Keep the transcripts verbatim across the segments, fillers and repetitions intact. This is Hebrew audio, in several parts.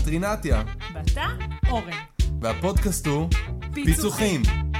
את רינתיה. ואתה אורן. והפודקאסט הוא פיצוחים.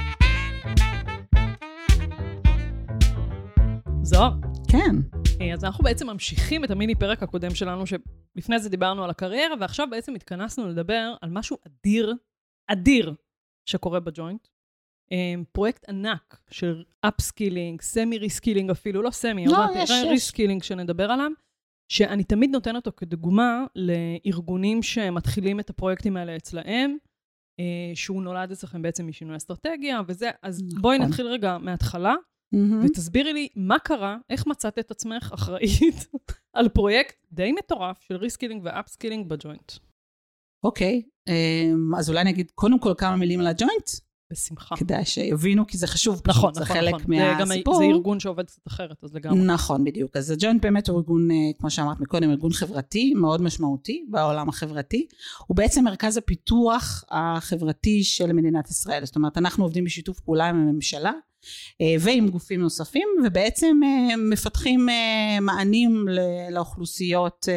זוהר. כן. אז אנחנו בעצם ממשיכים את המיני פרק הקודם שלנו, שלפני זה דיברנו על הקריירה, ועכשיו בעצם התכנסנו לדבר על משהו אדיר, אדיר, שקורה בג'וינט. פרויקט ענק של אפסקילינג, סמי ריסקילינג אפילו, לא סמי, לא, אבל יש, יש. ריסקילינג שנדבר עליו, שאני תמיד נותן אותו כדוגמה לארגונים שמתחילים את הפרויקטים האלה אצלהם, שהוא נולד אצלכם בעצם משינוי אסטרטגיה, וזה, אז נכון. בואי נתחיל רגע מההתחלה, mm-hmm. ותסבירי לי מה קרה, איך מצאת את עצמך אחראית על פרויקט די מטורף של ריסקילינג ואפסקילינג בג'וינט. אוקיי, אז אולי נגיד קודם כל כמה מילים על הג'וינט? בשמחה. כדאי שיבינו, כי זה חשוב. נכון, זה נכון, חלק נכון. מהסיפור. זה, גם, זה ארגון שעובד קצת אחרת, אז לגמרי. נכון, בדיוק. אז הג'וינט באמת הוא ארגון, כמו שאמרת מקודם, ארגון חברתי, מאוד משמעותי בעולם החברתי. הוא בעצם מרכז הפיתוח החברתי של מדינת ישראל. זאת אומרת, אנחנו עובדים בשיתוף פעולה עם הממשלה, ועם גופים נוספים, ובעצם מפתחים מענים לאוכלוסיות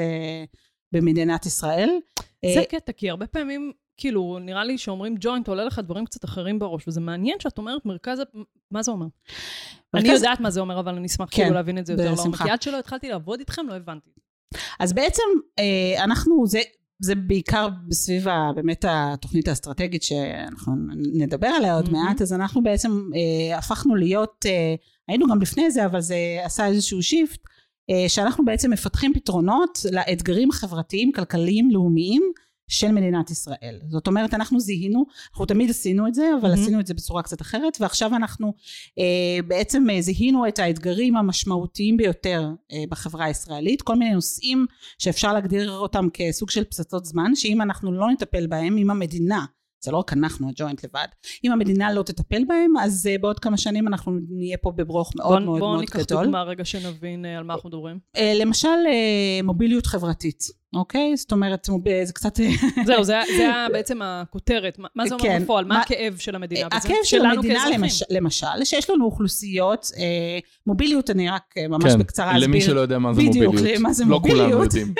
במדינת ישראל. זה קטע, כי הרבה פעמים, כאילו, נראה לי שאומרים ג'וינט, עולה לך דברים קצת אחרים בראש, וזה מעניין שאת אומרת מרכז, מה זה אומר? אני יודעת מה זה אומר, אבל אני אשמח כאילו להבין את זה יותר לעומק. כי עד שלא התחלתי לעבוד איתכם, לא הבנתי. אז בעצם, אנחנו, זה בעיקר בסביב באמת התוכנית האסטרטגית, שאנחנו נדבר עליה עוד מעט, אז אנחנו בעצם הפכנו להיות, היינו גם לפני זה, אבל זה עשה איזשהו שיפט, שאנחנו בעצם מפתחים פתרונות לאתגרים החברתיים, כלכליים, לאומיים, של מדינת ישראל. זאת אומרת, אנחנו זיהינו, אנחנו תמיד עשינו את זה, אבל mm-hmm. עשינו את זה בצורה קצת אחרת, ועכשיו אנחנו אה, בעצם זיהינו את האתגרים המשמעותיים ביותר אה, בחברה הישראלית, כל מיני נושאים שאפשר להגדיר אותם כסוג של פצצות זמן, שאם אנחנו לא נטפל בהם, אם המדינה, זה לא רק אנחנו, הג'וינט לבד, אם המדינה לא תטפל בהם, אז uh, בעוד כמה שנים אנחנו נהיה פה בברוך מאוד בוא, מאוד בוא מאוד גדול. בואו ניקח דוגמה רגע שנבין uh, על מה אנחנו מדברים. Uh, למשל, uh, מוביליות חברתית, אוקיי? זאת אומרת, מוב... זה קצת... זהו, זה, זה בעצם הכותרת. מה זה אומר כן, בפועל? מה, מה הכאב של המדינה? הכאב של המדינה, למש... למשל, שיש לנו אוכלוסיות, uh, מוביליות, אני רק uh, ממש כן, בקצרה אסביר. למי שלא יודע מה זה בדיוק, מוביליות. מה זה לא מוביליות. כולם יודעים.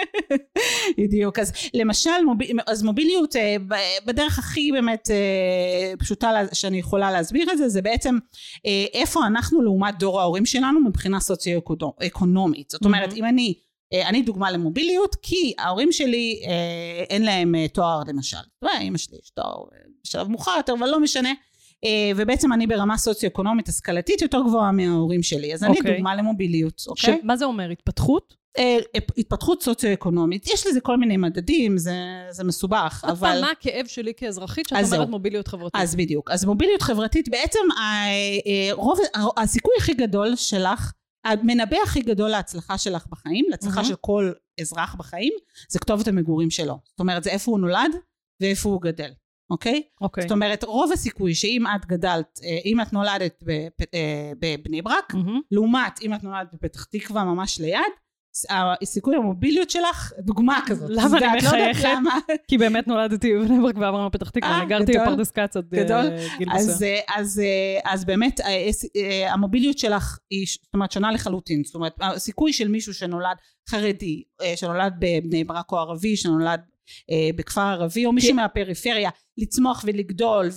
בדיוק, אז למשל, מוב... אז מוביליות, uh, בדרך הכי באמת uh, פשוטה שאני יכולה להסביר את זה, זה בעצם uh, איפה אנחנו לעומת דור ההורים שלנו מבחינה סוציו-אקונומית. זאת אומרת, אם אני, uh, אני דוגמה למוביליות, כי ההורים שלי uh, אין להם uh, תואר למשל. אמא שלי יש תואר בשלב מאוחר יותר, אבל לא משנה. Uh, ובעצם אני ברמה סוציו-אקונומית השכלתית יותר גבוהה מההורים שלי. אז okay. אני דוגמה למוביליות. Okay? מה זה אומר? התפתחות? התפתחות סוציו-אקונומית, יש לזה כל מיני מדדים, זה, זה מסובך, אבל... מה הכאב שלי כאזרחית שאת אומרת מוביליות חברתית? אז בדיוק, אז מוביליות חברתית, בעצם הרוב, הסיכוי הכי גדול שלך, המנבא הכי גדול להצלחה שלך בחיים, להצלחה של כל אזרח בחיים, זה כתובת המגורים שלו. זאת אומרת, זה איפה הוא נולד ואיפה הוא גדל. אוקיי? אוקיי. זאת אומרת, רוב הסיכוי שאם את גדלת, אם את נולדת בבני ברק, לעומת אם את נולדת בפתח תקווה ממש ליד, הסיכוי המוביליות שלך, דוגמה כזאת. למה אני מחייכת? כי באמת נולדתי בבני ברק ועברנו פתח תקווה, אני גרתי בפרדס כץ עד גיל מסוים. אז באמת המוביליות שלך היא, זאת אומרת, שונה לחלוטין. זאת אומרת, הסיכוי של מישהו שנולד חרדי, שנולד בבני ברק או ערבי, שנולד בכפר ערבי, או מישהו מהפריפריה, לצמוח ולגדול,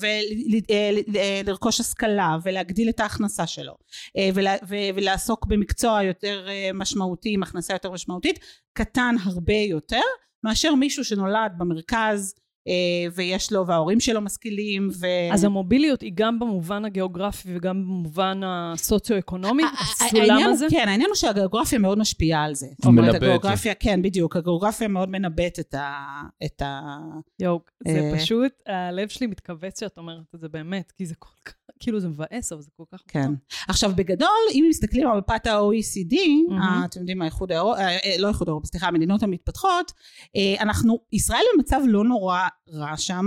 ולרכוש השכלה, ולהגדיל את ההכנסה שלו, ולעסוק במקצוע יותר משמעותי, עם הכנסה יותר משמעותית, קטן הרבה יותר, מאשר מישהו שנולד במרכז, ויש לו, וההורים שלו משכילים. ו... אז המוביליות היא גם במובן הגיאוגרפי, וגם במובן הסוציו-אקונומי, הסולם הזה? כן, העניין הוא שהגיאוגרפיה מאוד משפיעה על זה. מנבט. הגיאוגרפיה, כן, בדיוק, הגיאוגרפיה מאוד מנבט את ה... את ה... יו, זה פשוט, הלב שלי מתכווץ שאת אומרת את זה באמת, כי זה כל כך, כאילו זה מבאס, אבל זה כל כך... כן. עכשיו, בגדול, אם מסתכלים על מפת ה-או אי סי די, אתם יודעים, האיחוד האירופי, לא האיחוד האירופי, סליחה, המדינות המתפתחות, אנחנו, ישראל במצב לא נורא רע שמה,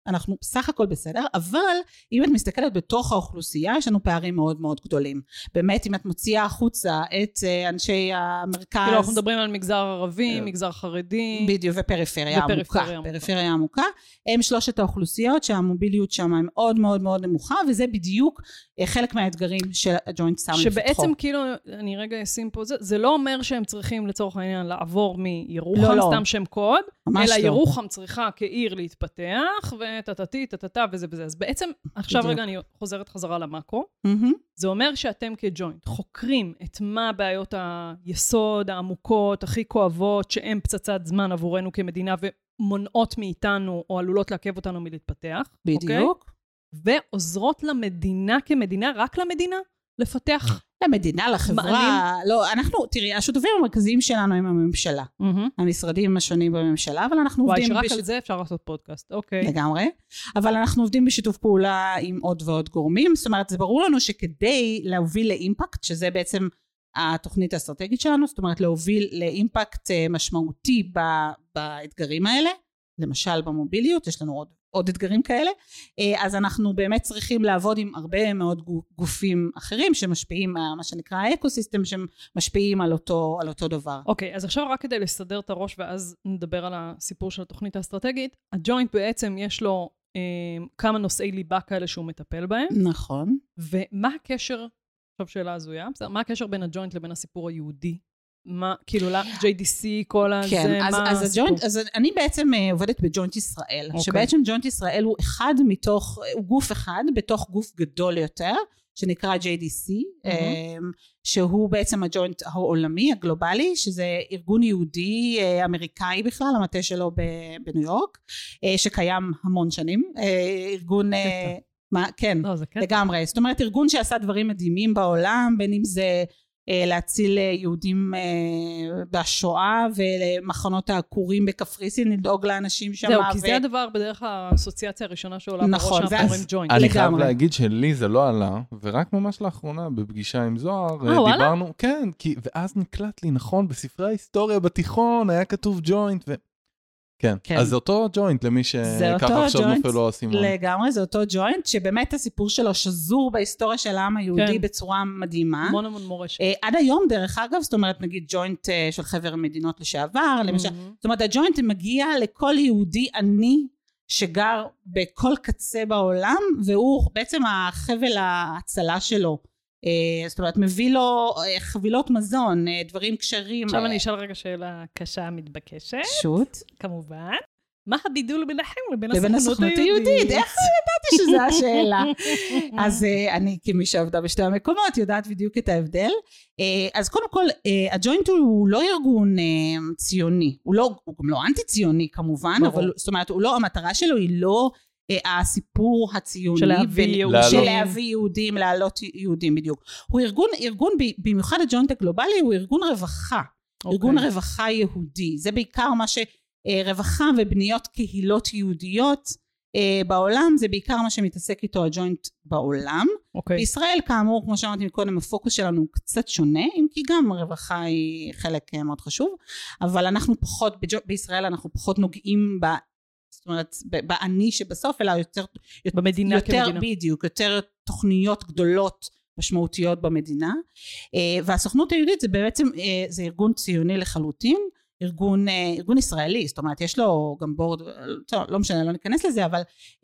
אנחנו בסך הכל בסדר, אבל אם את מסתכלת בתוך האוכלוסייה, יש לנו פערים מאוד מאוד גדולים. באמת, אם את מוציאה החוצה את אנשי המרכז... כאילו, אנחנו מדברים על מגזר ערבי, מגזר חרדי... בדיוק, ופריפריה עמוקה. פריפריה עמוקה. הם שלושת האוכלוסיות שהמוביליות שם היא מאוד מאוד מאוד נמוכה, וזה בדיוק חלק מהאתגרים של הג'וינט שם לפתחו. שבעצם כאילו, אני רגע אשים פה, זה לא אומר שהם צריכים לצורך העניין לעבור מירוחם, סתם שם קוד, אלא ירוחם צריכה כעיר להתפתח, וטטטי, טטטה וזה וזה. אז בעצם, עכשיו רגע אני חוזרת חזרה למאקרו, זה אומר שאתם כג'וינט חוקרים את מה הבעיות היסוד, העמוקות, הכי כואבות, שהן פצצת זמן עבורנו כמדינה, ומונעות מאיתנו, או עלולות לעכב אותנו מלהתפתח. בדיוק. ועוזרות למדינה כמדינה, רק למדינה, לפתח. למדינה, לחברה, לא, אנחנו, תראי, השותפים המרכזיים שלנו הם הממשלה, המשרדים השונים בממשלה, אבל אנחנו עובדים... וואי, שרק על זה אפשר לעשות פודקאסט, אוקיי. לגמרי, אבל אנחנו עובדים בשיתוף פעולה עם עוד ועוד גורמים, זאת אומרת, זה ברור לנו שכדי להוביל לאימפקט, שזה בעצם התוכנית האסטרטגית שלנו, זאת אומרת, להוביל לאימפקט משמעותי באתגרים האלה, למשל במוביליות, יש לנו עוד עוד אתגרים כאלה, אז אנחנו באמת צריכים לעבוד עם הרבה מאוד גופים אחרים שמשפיעים, מה שנקרא האקוסיסטם, שמשפיעים על אותו, על אותו דבר. אוקיי, אז עכשיו רק כדי לסדר את הראש, ואז נדבר על הסיפור של התוכנית האסטרטגית, הג'וינט בעצם יש לו אה, כמה נושאי ליבה כאלה שהוא מטפל בהם. נכון. ומה הקשר, עכשיו שאלה הזויה, מה הקשר בין הג'וינט לבין הסיפור היהודי? מה, כאילו, ג'יי די סי, כל הזה, כן, אז, מה אז הג'וינט, אז אני בעצם עובדת בג'וינט ישראל, okay. שבעצם ג'וינט ישראל הוא אחד מתוך, הוא גוף אחד, בתוך גוף גדול יותר, שנקרא ג'יי די סי, mm-hmm. שהוא בעצם הג'וינט העולמי, הגלובלי, שזה ארגון יהודי אמריקאי בכלל, המטה שלו בניו יורק, שקיים המון שנים, ארגון... מה, כן, לא, זה כן. לגמרי, זאת אומרת, ארגון שעשה דברים מדהימים בעולם, בין אם זה... להציל יהודים בשואה ולמחנות העקורים בקפריסין, לדאוג לאנשים שם. זהו, כי זה הדבר בדרך האסוציאציה הראשונה שעולה בראש שאנחנו אומרים ג'וינט. אני חייב להגיד שלי זה לא עלה, ורק ממש לאחרונה בפגישה עם זוהר, דיברנו, כן, ואז נקלט לי, נכון, בספרי ההיסטוריה בתיכון היה כתוב ג'וינט, ו... כן, כן, אז זה אותו ג'וינט למי שככה עכשיו נופל לו הסימון. לגמרי, זה אותו ג'וינט, שבאמת הסיפור שלו שזור בהיסטוריה של העם היהודי כן. בצורה מדהימה. המון המון מורשת. עד היום, דרך אגב, זאת אומרת, נגיד ג'וינט של חבר המדינות לשעבר, למשל, זאת אומרת, הג'וינט מגיע לכל יהודי עני שגר בכל קצה בעולם, והוא בעצם החבל ההצלה שלו. זאת אומרת, מביא לו חבילות מזון, דברים קשרים. עכשיו אני אשאל רגע שאלה קשה מתבקשת. שוט. כמובן. מה הבידול ביניכם לבין הסוכנות היהודית? איך ידעתי שזו השאלה? אז אני כמי שעבדה בשתי המקומות יודעת בדיוק את ההבדל. אז קודם כל, הג'וינט הוא לא ארגון ציוני, הוא גם לא אנטי ציוני כמובן, אבל זאת אומרת, המטרה שלו היא לא... הסיפור הציוני של להביא יהודים, להעלות יהודים בדיוק. הוא ארגון, ארגון במיוחד הג'וינט הגלובלי, הוא ארגון רווחה, ארגון רווחה יהודי. זה בעיקר מה שרווחה ובניות קהילות יהודיות בעולם, זה בעיקר מה שמתעסק איתו הג'וינט בעולם. בישראל כאמור, כמו שאמרתי קודם, הפוקוס שלנו הוא קצת שונה, אם כי גם הרווחה היא חלק מאוד חשוב, אבל אנחנו פחות, בישראל אנחנו פחות נוגעים ב... זאת אומרת, בעני שבסוף, אלא יותר, במדינה יותר כמדינה. בדיוק, יותר תוכניות גדולות משמעותיות במדינה, והסוכנות היהודית זה בעצם, זה ארגון ציוני לחלוטין, ארגון, ארגון ישראלי, זאת אומרת, יש לו גם בורד, לא משנה, לא ניכנס לזה, אבל,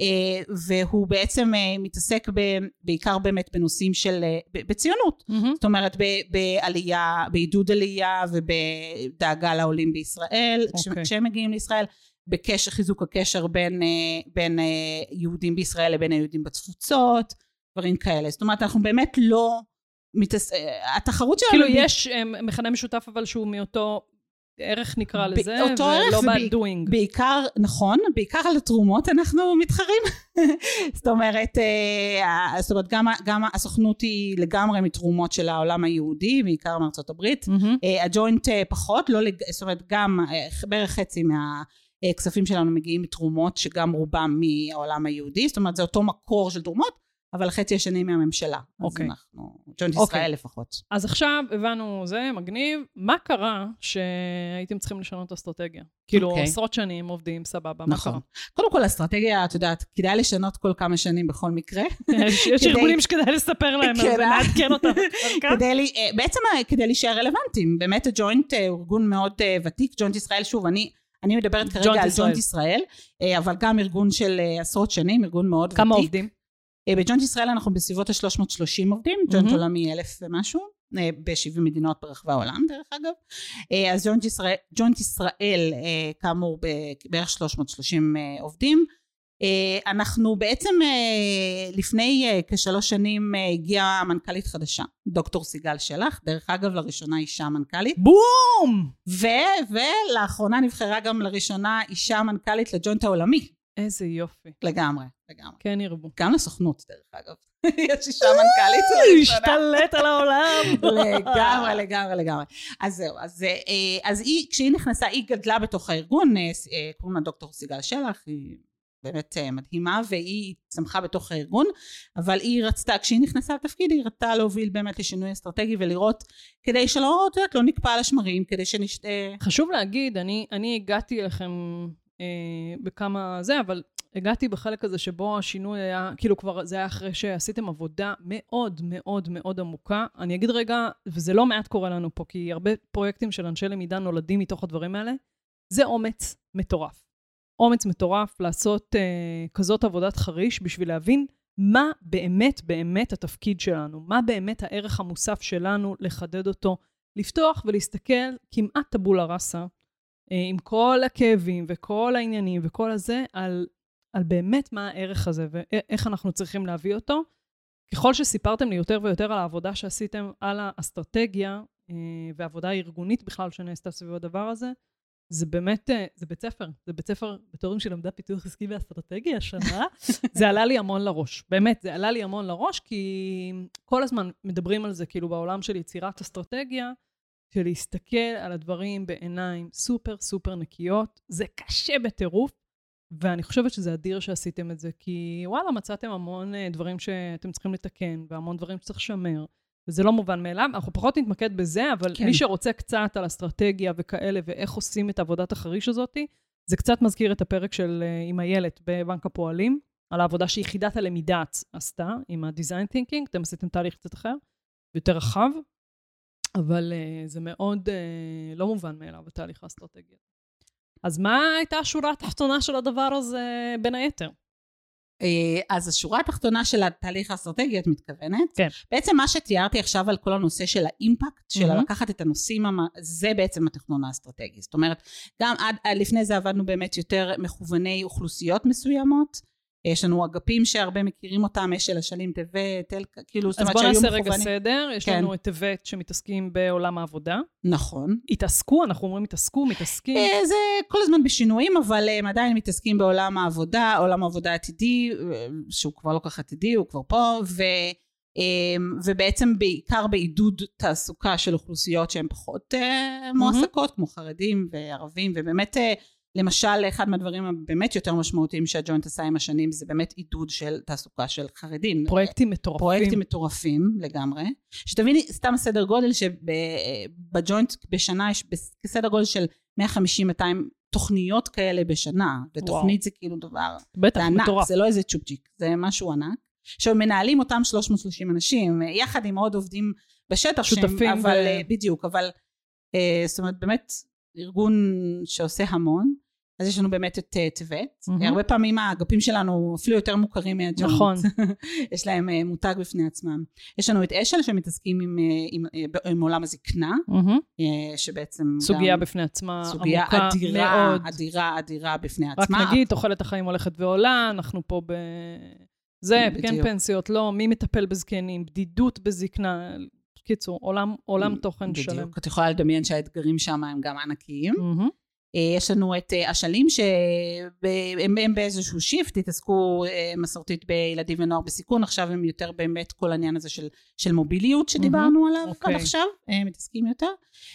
והוא בעצם מתעסק בעיקר באמת בנושאים של, בציונות, mm-hmm. זאת אומרת, בעלייה, בעידוד עלייה ובדאגה לעולים בישראל, okay. כשהם מגיעים לישראל, בקשר, חיזוק הקשר בין, בין יהודים בישראל לבין היהודים בתפוצות, דברים כאלה. זאת אומרת, אנחנו באמת לא, מתס... התחרות שלנו... כאילו יש מכנה משותף אבל שהוא מאותו ערך נקרא לזה, אותו ערך ולא ב-doing. בעיקר, נכון, בעיקר על התרומות אנחנו מתחרים. זאת אומרת, זאת אומרת, גם, גם הסוכנות היא לגמרי מתרומות של העולם היהודי, בעיקר מארצות הברית. הג'וינט פחות, לא, זאת אומרת, גם בערך חצי מה... כספים שלנו מגיעים מתרומות שגם רובם מהעולם היהודי, זאת אומרת זה אותו מקור של תרומות, אבל חצי השני מהממשלה. אוקיי. אז אנחנו, ג'וינט ישראל אוקיי. לפחות. אז עכשיו הבנו, זה מגניב, מה קרה שהייתם צריכים לשנות אסטרטגיה? כאילו, אוקיי. עשרות שנים עובדים, סבבה, מה נכון. קרה? קודם כל, אסטרטגיה, את יודעת, כדאי לשנות כל כמה שנים בכל מקרה. יש יש ארגונים שכדאי לספר להם, אז נעדכן אותם. כדי לי, בעצם כדי להישאר רלוונטיים. באמת הג'וינט הוא ארגון מאוד ותיק, ג'וינט ישראל, שוב, אני... אני מדברת כרגע על ג'וינט ישראל, אבל גם ארגון של עשרות שנים, ארגון מאוד ותיק. כמה עובדים? בג'וינט ישראל אנחנו בסביבות ה-שלוש מאות ושלושים עובדים, ג'וינט עולמי אלף ומשהו, ב-שבעים מדינות ברחבי העולם דרך אגב. אז ג'וינט ישראל, ג'וינט ישראל כאמור בערך שלוש מאות ושלושים עובדים. אנחנו בעצם לפני כשלוש שנים הגיעה מנכ"לית חדשה, דוקטור סיגל שלח, דרך אגב לראשונה אישה מנכ"לית. בום! ו- ולאחרונה נבחרה גם לראשונה אישה מנכ"לית לג'וינט העולמי. איזה יופי. לגמרי, לגמרי. כן ירבו. גם לסוכנות דרך אגב. יש אישה מנכ"לית. השתלט על העולם. לגמרי, לגמרי, לגמרי. אז זהו, אז, אז היא, כשהיא נכנסה, היא גדלה בתוך הארגון, קוראים לה דוקטור סיגל שלח, היא באמת מדהימה, והיא צמחה בתוך הארגון, אבל היא רצתה, כשהיא נכנסה לתפקיד, היא רצתה להוביל באמת לשינוי אסטרטגי, ולראות, כדי שלא, לא נקפא על השמרים, כדי שנשתה... חשוב להגיד, אני, אני הגעתי לכם אה, בכמה זה, אבל הגעתי בחלק הזה שבו השינוי היה, כאילו כבר זה היה אחרי שעשיתם עבודה מאוד מאוד מאוד עמוקה. אני אגיד רגע, וזה לא מעט קורה לנו פה, כי הרבה פרויקטים של אנשי למידה נולדים מתוך הדברים האלה, זה אומץ מטורף. אומץ מטורף לעשות uh, כזאת עבודת חריש בשביל להבין מה באמת באמת התפקיד שלנו, מה באמת הערך המוסף שלנו, לחדד אותו, לפתוח ולהסתכל כמעט טבולה ראסה, uh, עם כל הכאבים וכל העניינים וכל הזה, על, על באמת מה הערך הזה ואיך אנחנו צריכים להביא אותו. ככל שסיפרתם לי יותר ויותר על העבודה שעשיתם על האסטרטגיה, uh, והעבודה הארגונית בכלל שנעשתה סביב הדבר הזה, זה באמת, זה בית ספר, זה בית ספר בתיאורים של למדה פיתוח עסקי ואסטרטגיה השנה, זה עלה לי המון לראש, באמת, זה עלה לי המון לראש, כי כל הזמן מדברים על זה, כאילו בעולם של יצירת אסטרטגיה, של להסתכל על הדברים בעיניים סופר סופר נקיות, זה קשה בטירוף, ואני חושבת שזה אדיר שעשיתם את זה, כי וואלה, מצאתם המון דברים שאתם צריכים לתקן, והמון דברים שצריך לשמר, וזה לא מובן מאליו, אנחנו פחות נתמקד בזה, אבל כן. מי שרוצה קצת על אסטרטגיה וכאלה, ואיך עושים את עבודת החריש הזאת, זה קצת מזכיר את הפרק של עם הילד בבנק הפועלים, על העבודה שיחידת הלמידה עשתה, עם ה-design thinking, אתם עשיתם תהליך קצת אחר, יותר רחב, אבל uh, זה מאוד uh, לא מובן מאליו, בתהליך האסטרטגיה. אז מה הייתה השורה התחתונה של הדבר הזה בין היתר? אז השורה התחתונה של התהליך האסטרטגי, את מתכוונת? כן. בעצם מה שתיארתי עכשיו על כל הנושא של האימפקט, של mm-hmm. לקחת את הנושאים, זה בעצם התכנון האסטרטגי. זאת אומרת, גם עד, לפני זה עבדנו באמת יותר מכווני אוכלוסיות מסוימות, יש לנו אגפים שהרבה מכירים אותם, יש של השלים טבת, תלכה, כאילו, זאת אומרת שהיו מכוונים. אז בוא נעשה רגע סדר, יש כן. לנו את טבת שמתעסקים בעולם העבודה. נכון. התעסקו, אנחנו אומרים התעסקו, מתעסקים. זה כל הזמן בשינויים, אבל הם עדיין מתעסקים בעולם העבודה, עולם העבודה עתידי, שהוא כבר לא כך עתידי, הוא כבר פה, ו, ובעצם בעיקר בעידוד תעסוקה של אוכלוסיות שהן פחות מועסקות, mm-hmm. כמו חרדים וערבים, ובאמת... למשל, אחד מהדברים הבאמת יותר משמעותיים שהג'וינט עשה עם השנים, זה באמת עידוד של תעסוקה של חרדים. פרויקטים מטורפים. פרויקטים מטורפים לגמרי. שתביני, סתם סדר גודל שבג'וינט בשנה יש סדר גודל של מאה חמישים מאתיים תוכניות כאלה בשנה, ותוכנית וואו. זה כאילו דבר, בטח, זה ענק, מטורף. זה לא איזה צ'ופצ'יק, זה משהו ענק. שמנהלים אותם שלוש מאות ושלושים אנשים, יחד עם עוד עובדים בשטח, שותפים. שהם, אבל, ו... בדיוק, אבל זאת אומרת, באמת ארגון שעושה המון, אז יש לנו באמת את טבת, mm-hmm. הרבה פעמים האגפים שלנו אפילו יותר מוכרים מהג'וינט, נכון. יש להם מותג בפני עצמם. יש לנו את אשל שמתעסקים עם, עם, עם, עם עולם הזקנה, mm-hmm. שבעצם סוגיה גם, בפני עצמה סוגיה עמוקה אדירה, מאוד. אדירה, אדירה בפני רק עצמה. רק נגיד, תוחלת החיים הולכת ועולה, אנחנו פה ב... זה, כן פנסיות, לא, מי מטפל בזקנים, בדידות בזקנה, קיצור, עולם, עולם תוכן בדיוק. שלם. את יכולה לדמיין שהאתגרים שם הם גם ענקיים. Mm-hmm. יש לנו את השלים שהם באיזשהו שיפט, התעסקו מסורתית בילדים ונוער בסיכון, עכשיו הם יותר באמת כל העניין הזה של, של מוביליות שדיברנו עליו עד עכשיו, הם מתעסקים יותר.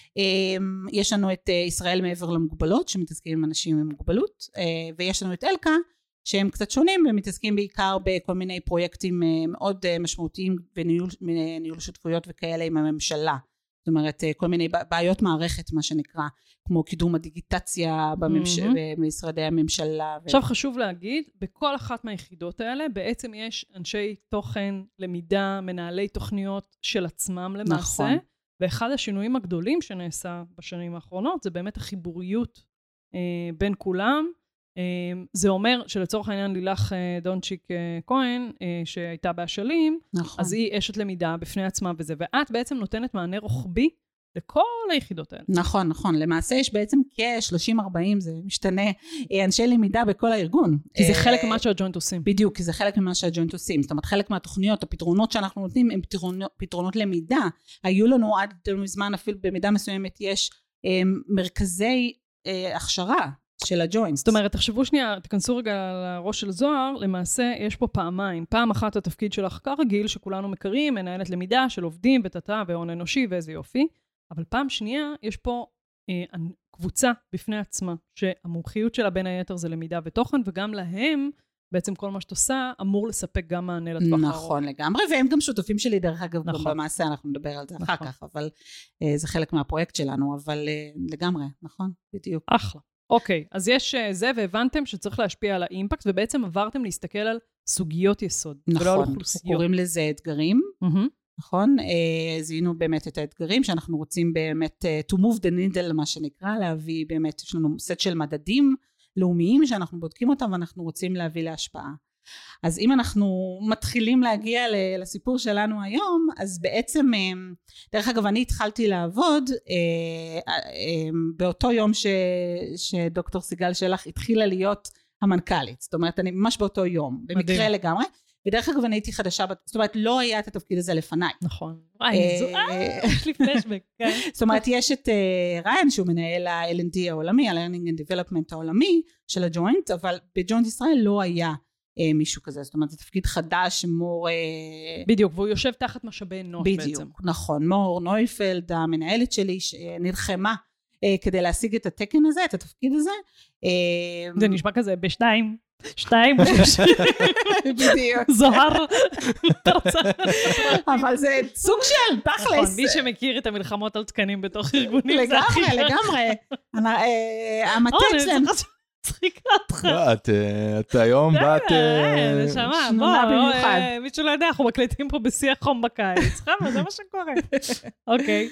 יש לנו את ישראל מעבר למוגבלות, שמתעסקים עם אנשים עם מוגבלות, ויש לנו את אלכה, שהם קצת שונים, ומתעסקים בעיקר בכל מיני פרויקטים מאוד משמעותיים, וניהול שותפויות וכאלה עם הממשלה. זאת אומרת, כל מיני בעיות מערכת, מה שנקרא, כמו קידום הדיגיטציה בממש... mm-hmm. במשרדי הממשלה. עכשיו ו... חשוב להגיד, בכל אחת מהיחידות האלה, בעצם יש אנשי תוכן, למידה, מנהלי תוכניות של עצמם למעשה, נכון. ואחד השינויים הגדולים שנעשה בשנים האחרונות, זה באמת החיבוריות אה, בין כולם. אה, זה אומר שלצורך העניין לילך אה, דונצ'יק אה, כהן, אה, שהייתה באשלים, נכון. אז היא אשת למידה בפני עצמה וזה, ואת בעצם נותנת מענה רוחבי, לכל היחידות האלה. נכון, נכון. למעשה יש בעצם כ-שלושים ארבעים, זה משתנה, אנשי למידה בכל הארגון. כי זה חלק ממה שהג'וינט עושים. בדיוק, כי זה חלק ממה שהג'וינט עושים. זאת אומרת, חלק מהתוכניות, הפתרונות שאנחנו נותנים, הם פתרונות, פתרונות למידה. היו לנו עד מזמן, אפילו במידה מסוימת, יש מרכזי הכשרה של הג'וינט. זאת אומרת, תחשבו שנייה, תכנסו רגע לראש של זוהר, למעשה יש פה פעמיים. פעם אחת התפקיד של החקר רגיל, שכולנו מכירים, מנהלת למידה של עובדים ותתה והון אנושי ואיזה יופי. אבל פעם שנייה, יש פה אה, קבוצה בפני עצמה, שהמומחיות שלה בין היתר זה למידה ותוכן, וגם להם, בעצם כל מה שאת עושה, אמור לספק גם מענה לטווח הארוך. נכון, לגמרי, והם גם שותפים שלי, דרך אגב, נכון. במעשה, אנחנו נדבר על זה נכון. אחר כך, אבל אה, זה חלק מהפרויקט שלנו, אבל אה, לגמרי, נכון, בדיוק. אחלה. אוקיי, אז יש אה, זה, והבנתם שצריך להשפיע על האימפקט, ובעצם עברתם להסתכל על סוגיות יסוד. נכון, אנחנו קוראים לזה אתגרים, mm-hmm. נכון? זיהינו באמת את האתגרים שאנחנו רוצים באמת to move the needle, מה שנקרא, להביא באמת, יש לנו סט של מדדים לאומיים שאנחנו בודקים אותם ואנחנו רוצים להביא להשפעה. אז אם אנחנו מתחילים להגיע לסיפור שלנו היום, אז בעצם, דרך אגב, אני התחלתי לעבוד באותו יום ש, שדוקטור סיגל שלח התחילה להיות המנכ"לית. זאת אומרת, אני ממש באותו יום, במקרה לגמרי. ודרך אגב, אני הייתי חדשה, זאת אומרת, לא היה את התפקיד הזה לפניי. נכון. וואי, זו, אה, יש לי פלשבק, כן. זאת אומרת, יש את ריין, שהוא מנהל ה-אל אנד די העולמי, ה-Learning and Development העולמי של הג'וינט, אבל בג'וינט ישראל לא היה מישהו כזה, זאת אומרת, זה תפקיד חדש, מור... בדיוק, והוא יושב תחת משאבי אנוש בעצם. בדיוק, נכון. מור נויפלד, המנהלת שלי, שנלחמה כדי להשיג את התקן הזה, את התפקיד הזה. זה נשמע כזה בשתיים. שתיים, בדיוק. זוהר. אבל זה סוג של תכלס. מי שמכיר את המלחמות על תקנים בתוך ארגונים. לגמרי, לגמרי. המטה אצלם. צחיקה אותך. את היום באת... נשמה, בוא, מישהו לא יודע, אנחנו מקליטים פה בשיא החום בקיץ. חבר, זה מה שקורה. אוקיי.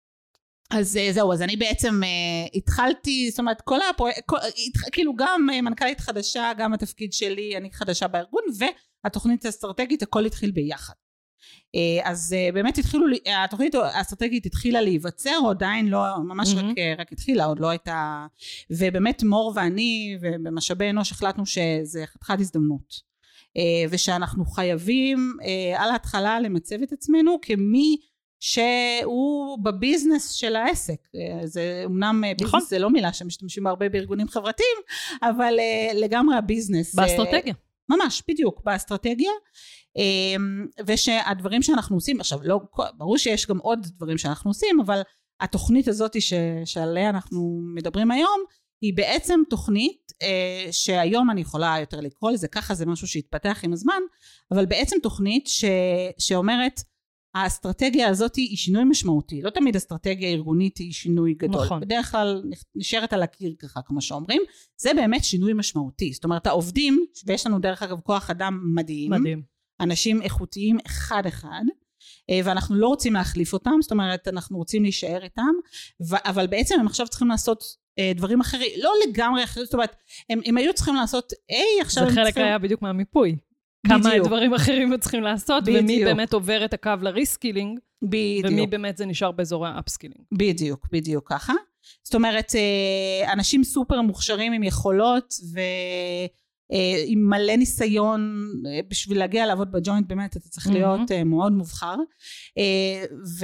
אז זהו, אז אני בעצם uh, התחלתי, זאת אומרת, כל הפרויקט, כאילו גם uh, מנכ"לית חדשה, גם התפקיד שלי, אני חדשה בארגון, והתוכנית האסטרטגית, הכל התחיל ביחד. Uh, אז uh, באמת התחילו, התוכנית האסטרטגית התחילה להיווצר, או עדיין לא, ממש mm-hmm. רק, רק התחילה, עוד לא הייתה, ובאמת מור ואני, ובמשאבי אנוש החלטנו שזה חתיכת הזדמנות. Uh, ושאנחנו חייבים uh, על ההתחלה למצב את עצמנו כמי, שהוא בביזנס של העסק. זה אמנם ביזנס, זה לא מילה שמשתמשים הרבה בארגונים חברתיים, אבל לגמרי הביזנס. באסטרטגיה. ממש, בדיוק, באסטרטגיה. ושהדברים שאנחנו עושים, עכשיו, לא, ברור שיש גם עוד דברים שאנחנו עושים, אבל התוכנית הזאת שעליה אנחנו מדברים היום, היא בעצם תוכנית שהיום אני יכולה יותר לקרוא לזה, ככה זה משהו שהתפתח עם הזמן, אבל בעצם תוכנית שאומרת, האסטרטגיה הזאת היא שינוי משמעותי, לא תמיד אסטרטגיה ארגונית היא שינוי גדול, נכון. בדרך כלל נשארת על הקיר ככה כמו שאומרים, זה באמת שינוי משמעותי, זאת אומרת העובדים, ויש לנו דרך אגב כוח אדם מדהים, מדהים. אנשים איכותיים אחד אחד, ואנחנו לא רוצים להחליף אותם, זאת אומרת אנחנו רוצים להישאר איתם, אבל בעצם הם עכשיו צריכים לעשות דברים אחרים, לא לגמרי אחרים, זאת אומרת הם, הם היו צריכים לעשות איי עכשיו, זה חלק צריכים... היה בדיוק מהמיפוי, כמה דברים אחרים הם צריכים לעשות, בדיוק. ומי באמת עובר את הקו לריסקילינג, בדיוק. ומי באמת זה נשאר באזורי האפסקילינג. בדיוק, בדיוק ככה. זאת אומרת, אנשים סופר מוכשרים עם יכולות, ועם מלא ניסיון, בשביל להגיע לעבוד בג'וינט, באמת אתה צריך להיות mm-hmm. מאוד מובחר. ו...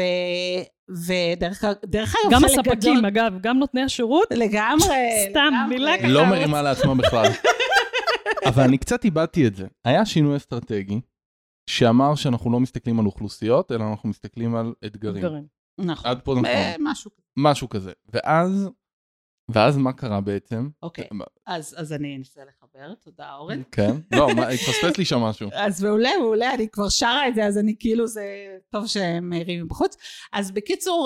ודרך אגב, גם הספקים, גדול... אגב, גם נותני השירות, לגמרי, סתם, מילה ככה. לא מרימה לעצמה בכלל. אבל אני קצת איבדתי את זה. היה שינוי אסטרטגי, שאמר שאנחנו לא מסתכלים על אוכלוסיות, אלא אנחנו מסתכלים על אתגרים. אתגרים. נכון. עד פה נכון. משהו. משהו כזה. ואז ואז מה קרה בעצם? אוקיי, אז, אז אני אנסה לחבר, תודה אורן. כן, לא, התפספס לי שם משהו. אז מעולה, מעולה, אני כבר שרה את זה, אז אני כאילו, זה טוב שהם מעירים בחוץ. אז בקיצור,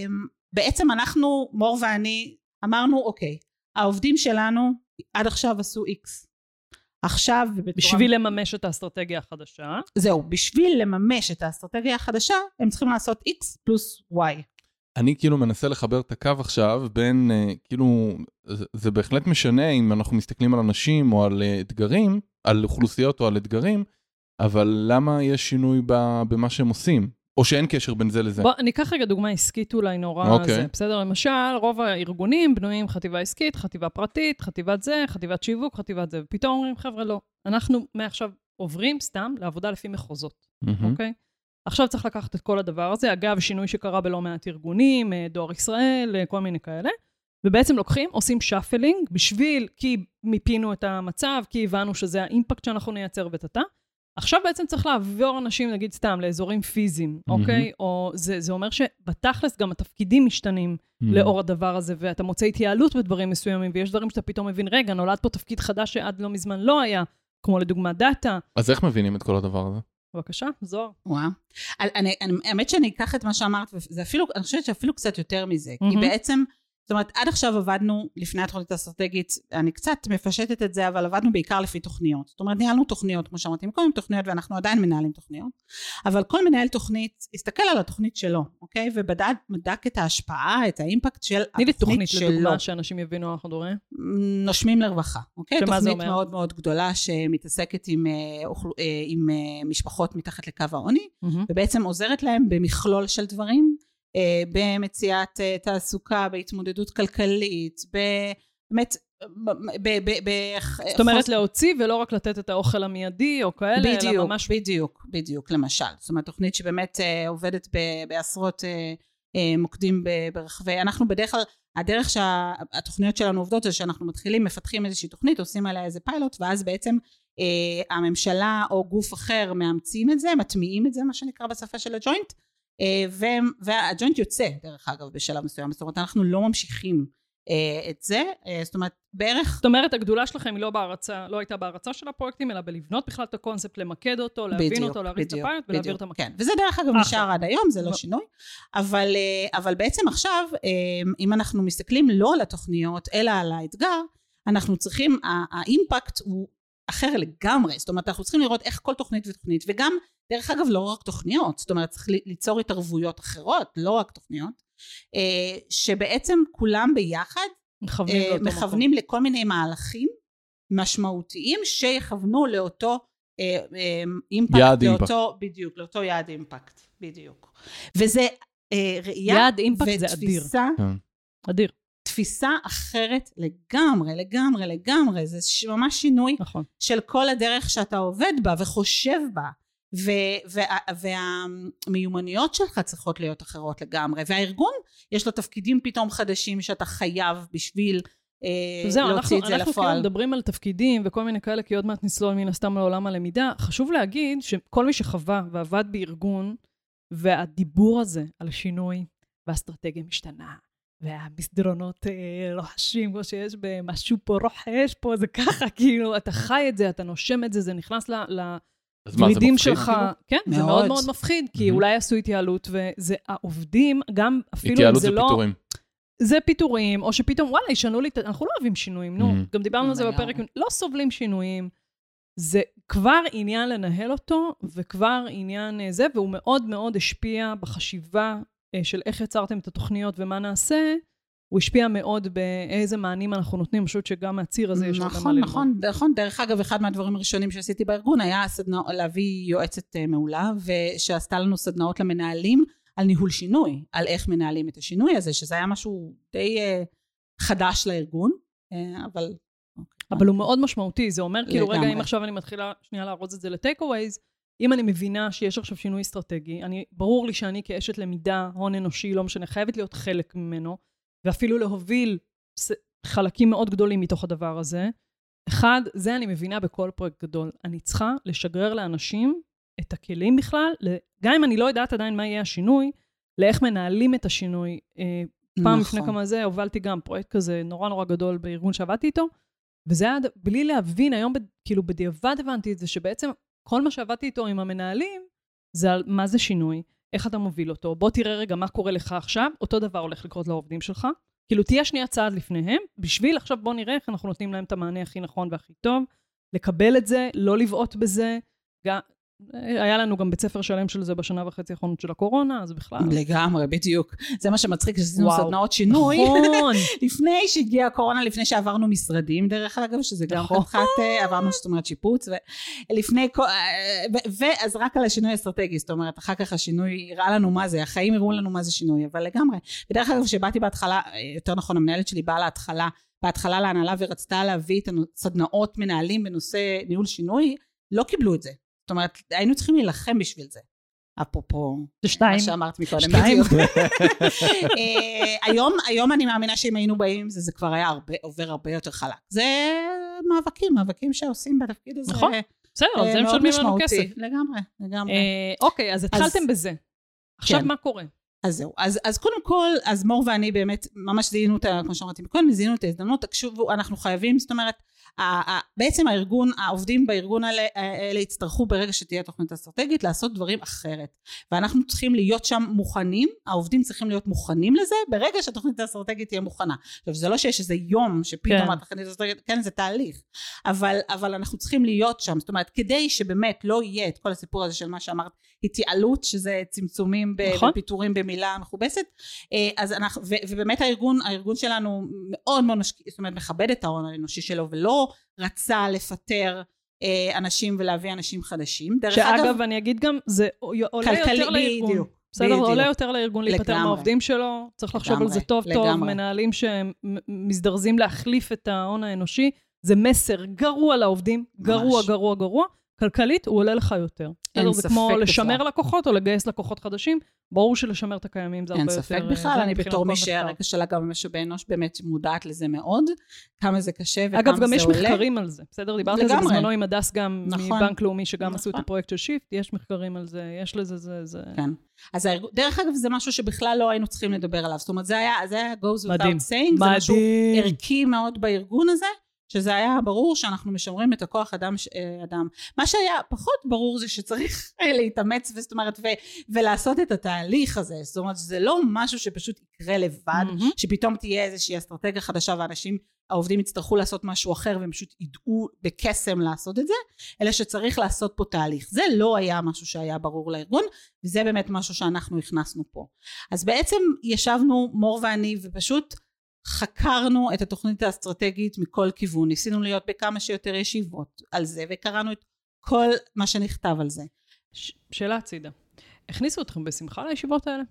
בעצם אנחנו, מור ואני, אמרנו, אוקיי, העובדים שלנו עד עכשיו עשו X. עכשיו, בשביל לממש את האסטרטגיה החדשה. זהו, בשביל לממש את האסטרטגיה החדשה, הם צריכים לעשות X פלוס Y. אני כאילו מנסה לחבר את הקו עכשיו בין, כאילו, זה בהחלט משנה אם אנחנו מסתכלים על אנשים או על אתגרים, על אוכלוסיות או על אתגרים, אבל למה יש שינוי במה שהם עושים? או שאין קשר בין זה לזה? בוא, אני אקח רגע דוגמה עסקית אולי נורא, okay. זה, בסדר? למשל, רוב הארגונים בנויים חטיבה עסקית, חטיבה פרטית, חטיבת זה, חטיבת שיווק, חטיבת זה, ופתאום אומרים, חבר'ה, לא. אנחנו מעכשיו עוברים סתם לעבודה לפי מחוזות, אוקיי? Mm-hmm. Okay? עכשיו צריך לקחת את כל הדבר הזה, אגב, שינוי שקרה בלא מעט ארגונים, דואר ישראל, כל מיני כאלה, ובעצם לוקחים, עושים שפלינג, בשביל, כי מיפינו את המצב, כי הבנו שזה האימפקט שאנחנו נייצר ותתה, עכשיו בעצם צריך לעבור אנשים, נגיד סתם, לאזורים פיזיים, mm-hmm. אוקיי? או זה, זה אומר שבתכלס גם התפקידים משתנים mm-hmm. לאור הדבר הזה, ואתה מוצא התייעלות בדברים מסוימים, ויש דברים שאתה פתאום מבין, רגע, נולד פה תפקיד חדש שעד לא מזמן לא היה, כמו לדוגמה דאטה. אז איך מבינים את כל הדבר הזה? בבקשה, זוהר. וואו. אני, אני, האמת שאני אקח את מה שאמרת, וזה אפילו, אני חושבת שאפילו קצת יותר מזה, mm-hmm. כי בעצם, זאת אומרת, עד עכשיו עבדנו, לפני התוכנית האסטרטגית, אני קצת מפשטת את זה, אבל עבדנו בעיקר לפי תוכניות. זאת אומרת, ניהלנו תוכניות, כמו שאמרתי, מכל מיני תוכניות, ואנחנו עדיין מנהלים תוכניות, אבל כל מנהל תוכנית, הסתכל על התוכנית שלו, אוקיי? ובדק מדק את ההשפעה, את האימפקט של התוכנית שלו. תוכנית לדוגמה שאנשים יבינו, אנחנו דורים? נושמים לרווחה, אוקיי? תוכנית מאוד מאוד גדולה, שמתעסקת עם, עם משפחות מתחת לקו העוני, ובעצם עוזרת להם במכלול של דברים, במציאת תעסוקה, בהתמודדות כלכלית, באמת, זאת אומרת להוציא ולא רק לתת את האוכל המיידי או כאלה, אלא ממש... בדיוק, בדיוק, למשל. זאת אומרת, תוכנית שבאמת עובדת בעשרות מוקדים ברחבי, אנחנו בדרך כלל, הדרך שהתוכניות שלנו עובדות זה שאנחנו מתחילים, מפתחים איזושהי תוכנית, עושים עליה איזה פיילוט, ואז בעצם הממשלה או גוף אחר מאמצים את זה, מטמיעים את זה, מה שנקרא בשפה של הג'וינט, והג'וינט יוצא דרך אגב בשלב מסוים, זאת אומרת אנחנו לא ממשיכים את זה, זאת אומרת בערך... זאת אומרת הגדולה שלכם היא לא בהרצה, לא הייתה בהרצה של הפרויקטים, אלא בלבנות בכלל את הקונספט, למקד אותו, להבין אותו, להריץ את הפיילוט ולהעביר את המקד. כן, וזה דרך אגב נשאר עד היום, זה לא שינוי, אבל, אבל בעצם עכשיו, אם אנחנו מסתכלים לא על התוכניות, אלא על האתגר, אנחנו צריכים, האימפקט הוא אחר לגמרי, זאת אומרת אנחנו צריכים לראות איך כל תוכנית ותוכנית, וגם דרך אגב לא רק תוכניות, זאת אומרת צריך ליצור התערבויות אחרות, לא רק תוכניות, שבעצם כולם ביחד מכוונים, מכוונים לכל מיני מהלכים משמעותיים שיכוונו לאותו אימפקט, יעד לאותו, אימפקט. בדיוק, לאותו יעד אימפקט, בדיוק. וזה ראייה יעד אימפקט זה אדיר. אדיר. תפיסה אחרת לגמרי, לגמרי, לגמרי, זה ממש שינוי נכון. של כל הדרך שאתה עובד בה וחושב בה, והמיומנויות שלך צריכות להיות אחרות לגמרי, והארגון יש לו תפקידים פתאום חדשים שאתה חייב בשביל להוציא את זה לפועל. אנחנו כאילו מדברים על תפקידים וכל מיני כאלה, כי עוד מעט נסלול מן הסתם לעולם הלמידה, חשוב להגיד שכל מי שחווה ועבד בארגון, והדיבור הזה על השינוי, והאסטרטגיה משתנה, והמסדרונות רוחשים, כמו שיש במשהו פה רוחש, פה זה ככה, כאילו, אתה חי את זה, אתה נושם את זה, זה נכנס לורידים שלך. כן, זה מאוד מאוד מפחיד, כי אולי עשו התייעלות, וזה העובדים, גם אפילו אם זה לא... התייעלות זה פיתורים. זה פיתורים, או שפתאום, וואלה, ישנו לי, אנחנו לא אוהבים שינויים, נו, גם דיברנו על זה בפרק, לא סובלים שינויים, זה כבר עניין לנהל אותו, וכבר עניין זה, והוא מאוד מאוד השפיע בחשיבה, של איך יצרתם את התוכניות ומה נעשה, הוא השפיע מאוד באיזה מענים אנחנו נותנים, פשוט שגם מהציר הזה יש הרבה מה ללמוד. נכון, נכון. דרך אגב, אחד מהדברים הראשונים שעשיתי בארגון, היה להביא יועצת מעולה, ושעשתה לנו סדנאות למנהלים, על ניהול שינוי, על איך מנהלים את השינוי הזה, שזה היה משהו די חדש לארגון, אבל... אבל הוא מאוד משמעותי, זה אומר, כאילו רגע, אם עכשיו אני מתחילה שנייה להראות את זה לטייק-אווייז, אם אני מבינה שיש עכשיו שינוי אסטרטגי, אני, ברור לי שאני כאשת למידה, הון אנושי, לא משנה, חייבת להיות חלק ממנו, ואפילו להוביל חלקים מאוד גדולים מתוך הדבר הזה. אחד, זה אני מבינה בכל פרויקט גדול. אני צריכה לשגרר לאנשים את הכלים בכלל, גם אם אני לא יודעת עדיין מה יהיה השינוי, לאיך מנהלים את השינוי, פעם לפני כמה זה, הובלתי גם פרויקט כזה נורא נורא גדול בארגון שעבדתי איתו, וזה היה בלי להבין, היום כאילו בדיעבד הבנתי את זה, שבעצם כל מה שעבדתי איתו עם המנהלים, זה על מה זה שינוי, איך אתה מוביל אותו, בוא תראה רגע מה קורה לך עכשיו, אותו דבר הולך לקרות לעובדים שלך, כאילו תהיה שנייה צעד לפניהם, בשביל עכשיו בוא נראה איך אנחנו נותנים להם את המענה הכי נכון והכי טוב, לקבל את זה, לא לבעוט בזה, גם, היה לנו גם בית ספר שלם של זה בשנה וחצי האחרונות של הקורונה, אז בכלל. לגמרי, בדיוק. זה מה שמצחיק, שעשינו סדנאות שינוי. נכון. לפני שהגיעה הקורונה, לפני שעברנו משרדים, דרך אגב, שזה גם חתיכת, עברנו זאת אומרת שיפוץ, ולפני, ואז רק על השינוי האסטרטגי, זאת אומרת, אחר כך השינוי הראה לנו מה זה, החיים הראו לנו מה זה שינוי, אבל לגמרי. בדרך אגב, שבאתי בהתחלה, יותר נכון, המנהלת שלי באה להתחלה, בהתחלה להנהלה ורצתה להביא את סדנאות מנהלים בנושא ניהול שינוי, לא קיבלו את זה. זאת אומרת, היינו צריכים להילחם בשביל זה. אפרופו, מה שאמרת מקודם. שתיים. היום, היום אני מאמינה שאם היינו באים, זה, זה כבר היה הרבה, עובר הרבה יותר חלק. זה מאבקים, מאבקים שעושים בתפקיד הזה. נכון, בסדר, זה הם משלמים לנו כסף. לגמרי, לגמרי. אוקיי, אז התחלתם בזה. עכשיו מה קורה? אז זהו, אז, אז קודם כל, אז מור ואני באמת ממש זיהינו את, כמו שאמרתי מקודם, זיהינו את ההזדמנות, תקשובו, אנחנו חייבים, זאת אומרת, בעצם הארגון, העובדים בארגון האלה, האלה יצטרכו ברגע שתהיה תוכנית אסטרטגית לעשות דברים אחרת, ואנחנו צריכים להיות שם מוכנים, העובדים צריכים להיות מוכנים לזה, ברגע שהתוכנית האסטרטגית תהיה מוכנה. עכשיו, זה לא שיש איזה יום שפתאום כן. התוכנית האסטרטגית, כן, זה תהליך, אבל, אבל אנחנו צריכים להיות שם, זאת אומרת, כדי שבאמת לא יהיה את כל הסיפור הזה של מה שאמרת, התייעלות, שזה צמצומים נכון. בפיתורים במילה מכובסת, אז אנחנו, ו, ובאמת הארגון, הארגון שלנו מאוד מאוד, זאת אומרת, מכבד את ההון האנושי שלו, ולא רצה לפטר אה, אנשים ולהביא אנשים חדשים. שאגב, אגב, אני אגיד גם, זה עולה כלכלי, יותר לארגון. בדיוק, בסדר, בדיוק. עולה יותר לארגון להיפטר מהעובדים שלו, צריך לחשוב לגמרי, על זה טוב לגמרי. טוב, מנהלים שמזדרזים להחליף את ההון האנושי, זה מסר גרוע לעובדים, גרוע, ממש. גרוע, גרוע, כלכלית הוא עולה לך יותר. זה כמו לשמר בכלל. לקוחות או לגייס לקוחות חדשים, ברור שלשמר את הקיימים זה הרבה יותר... אין ספק בכלל, אני בתור מי שהרקע שלה גם במשאבי אנוש באמת מודעת לזה מאוד, כמה זה קשה וכמה זה עולה. אגב, גם יש מחקרים על זה, בסדר? דיברת על זה בזמנו עם הדס גם מבנק לאומי, שגם עשו את הפרויקט של שיפט, יש מחקרים על זה, יש לזה, זה, זה... כן. אז דרך אגב, זה משהו שבכלל לא היינו צריכים לדבר עליו, זאת אומרת, זה היה goes without saying, זה משהו ערכי מאוד בארגון הזה, שזה היה ברור שאנחנו משמרים את הכוח אדם, אדם. מה שהיה פחות ברור זה שצריך להתאמץ, זאת אומרת, ו, ולעשות את התהליך הזה, זאת אומרת, זה לא משהו שפשוט יקרה לבד, mm-hmm. שפתאום תהיה איזושהי אסטרטגיה חדשה, ואנשים, העובדים יצטרכו לעשות משהו אחר, והם פשוט ידעו בקסם לעשות את זה, אלא שצריך לעשות פה תהליך. זה לא היה משהו שהיה ברור לארגון, וזה באמת משהו שאנחנו הכנסנו פה. אז בעצם ישבנו מור ואני, ופשוט חקרנו את התוכנית האסטרטגית מכל כיוון, ניסינו להיות בכמה שיותר ישיבות על זה, וקראנו את כל מה שנכתב על זה. ש- שאלה הצידה, הכניסו אתכם בשמחה לישיבות האלה?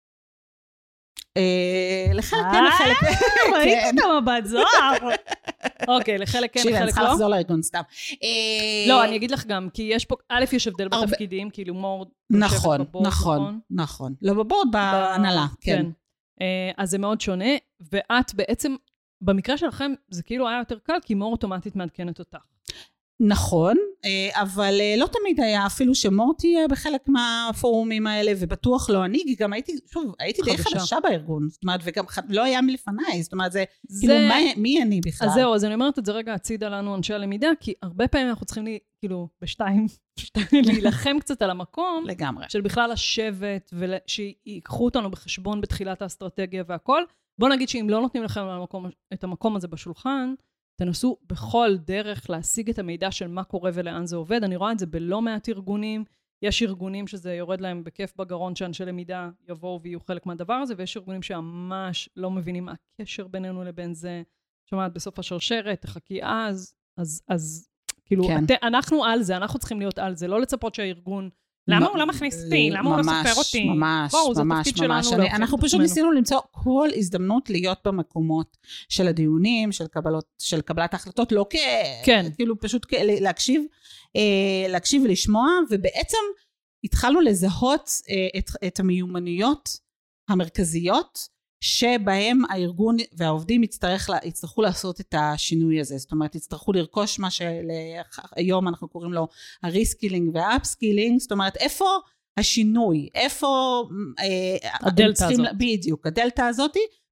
לחלק כן, לחלק כן. ראית את המבט זוהר. אוקיי, לחלק כן, לחלק לא. אני צריכה לחזור לארגון סתם. לא, אני אגיד לך גם, כי יש פה, א', יש הבדל בתפקידים, כאילו מור... נכון, נכון, נכון. לא בבורד, בהנהלה, כן. אז זה מאוד שונה, ואת בעצם, במקרה שלכם, זה כאילו היה יותר קל, כי מור אוטומטית מעדכנת אותך. נכון, אבל לא תמיד היה, אפילו שמור תהיה בחלק מהפורומים האלה, ובטוח לא אני, כי גם הייתי, שוב, הייתי די חדשה בארגון, זאת אומרת, וגם לא היה מלפניי, זאת אומרת, זה, כאילו, מי אני בכלל? אז זהו, אז אני אומרת את זה רגע, הצידה לנו אנשי הלמידה, כי הרבה פעמים אנחנו צריכים, כאילו, בשתיים, להילחם קצת על המקום, לגמרי. של בכלל לשבת, ושיקחו אותנו בחשבון בתחילת האסטרטגיה והכל. בוא נגיד שאם לא נותנים לכם את המקום הזה בשולחן, תנסו בכל דרך להשיג את המידע של מה קורה ולאן זה עובד. אני רואה את זה בלא מעט ארגונים. יש ארגונים שזה יורד להם בכיף בגרון שאנשי למידה יבואו ויהיו חלק מהדבר הזה, ויש ארגונים שממש לא מבינים מה הקשר בינינו לבין זה. שומעת בסוף השרשרת, תחכי אז, אז, אז כאילו, כן. את, אנחנו על זה, אנחנו צריכים להיות על זה, לא לצפות שהארגון, למה הוא לא מכניס אותי? למה הוא לא סופר אותי? ממש, בואו, ממש, זה ממש. שלנו. אנחנו פשוט ניסינו למצוא כל הזדמנות להיות במקומות של הדיונים, של קבלות, של קבלת ההחלטות, לא כ... כן. כאילו פשוט כ... להקשיב, להקשיב ולשמוע, ובעצם התחלנו לזהות את, את המיומנויות המרכזיות, שבהם הארגון והעובדים יצטרך, יצטרכו לעשות את השינוי הזה, זאת אומרת, יצטרכו לרכוש מה שהיום אנחנו קוראים לו הריסקילינג והאפסקילינג, זאת אומרת, איפה השינוי, איפה הדלטה הזאת. בדיוק, הדלטה הזאת,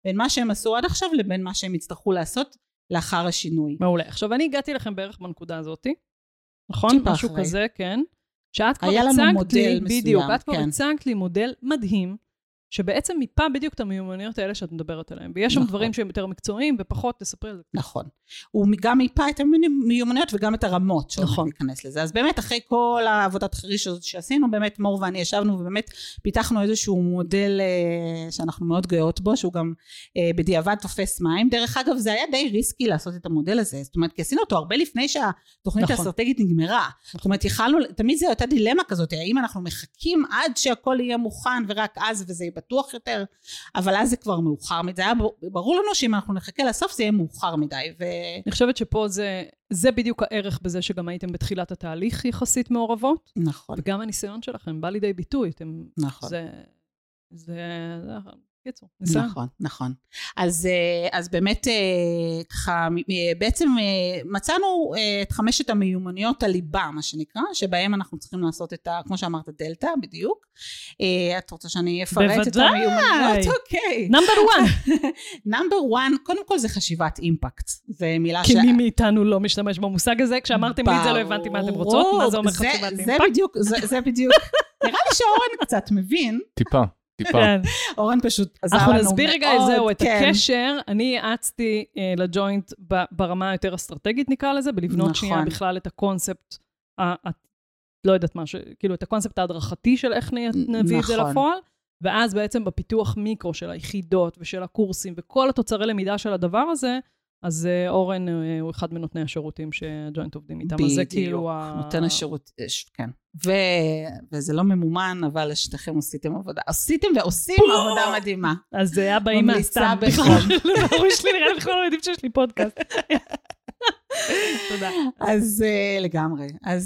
בין מה שהם עשו עד עכשיו לבין מה שהם יצטרכו לעשות לאחר השינוי. מעולה. עכשיו אני הגעתי לכם בערך בנקודה הזאת, נכון? משהו אחרי. כזה, כן. שאת כבר הצגת לי, בדיוק, את כבר כן. הצגת לי מודל מדהים, שבעצם מיפה בדיוק את המיומנויות האלה שאת מדברת עליהן, ויש שם נכון. דברים שהם יותר מקצועיים, ופחות תספרי על זה. נכון. הוא גם מיפה את המיומנויות וגם את הרמות, שעוד נכון. ניכנס לזה. אז באמת, אחרי כל העבודת חריש הזאת שעשינו, באמת מור ואני ישבנו, ובאמת פיתחנו איזשהו מודל אה, שאנחנו מאוד גאות בו, שהוא גם אה, בדיעבד תופס מים. דרך אגב, זה היה די ריסקי לעשות את המודל הזה, זאת אומרת, כי עשינו אותו הרבה לפני שהתוכנית נכון. האסטרטגית נגמרה. נכון. זאת אומרת, יכלנו, תמיד זה הייתה דילמה כזאת, האם אנחנו מחכים עד שהכל יהיה מוכן, ורק אז וזה יהיה בטוח יותר, אבל אז זה כבר מאוחר מדי. היה ברור לנו שאם אנחנו נחכה לסוף, זה יהיה מאוחר מדי. ו... אני חושבת שפה זה, זה בדיוק הערך בזה שגם הייתם בתחילת התהליך יחסית מעורבות. נכון. וגם הניסיון שלכם בא לידי ביטוי. אתם, נכון. זה, זה, זה, קיצור, ניסיון. נכון, נכון. אז, אז באמת, ככה, בעצם מצאנו את חמשת המיומנויות הליבה, מה שנקרא, שבהם אנחנו צריכים לעשות את ה, כמו שאמרת, דלטה, בדיוק. את רוצה שאני אפרט את המיומנויות? אוקיי. נאמבר וואן. נאמבר וואן, קודם כל זה חשיבת אימפקט. זה מילה ש... כי מי מאיתנו לא משתמש במושג הזה, כשאמרתם לי את זה לא הבנתי מה אתם רוצות, מה זה אומר חשיבת אימפקט? זה בדיוק, זה בדיוק. נראה לי שאורן קצת מבין. טיפה. אורן פשוט עזר לנו מאוד. אנחנו נסביר רגע את זהו, את הקשר. אני יעצתי לג'וינט ברמה היותר אסטרטגית נקרא לזה, בלבנות שנייה בכלל את הקונספט, לא יודעת מה, כאילו את הקונספט ההדרכתי של איך נביא את זה לפועל, ואז בעצם בפיתוח מיקרו של היחידות ושל הקורסים, וכל התוצרי למידה של הדבר הזה, אז אורן הוא אחד מנותני השירותים שהג'וינט עובדים איתם. אז זה כאילו נותן השירות, כן. וזה לא ממומן, אבל שתכם עשיתם עבודה. עשיתם ועושים עבודה מדהימה. אז זה היה באים מהסתם. ממליצה בחום. יש לי, נראה לי בכלל לא יודעים שיש לי פודקאסט. תודה. אז לגמרי.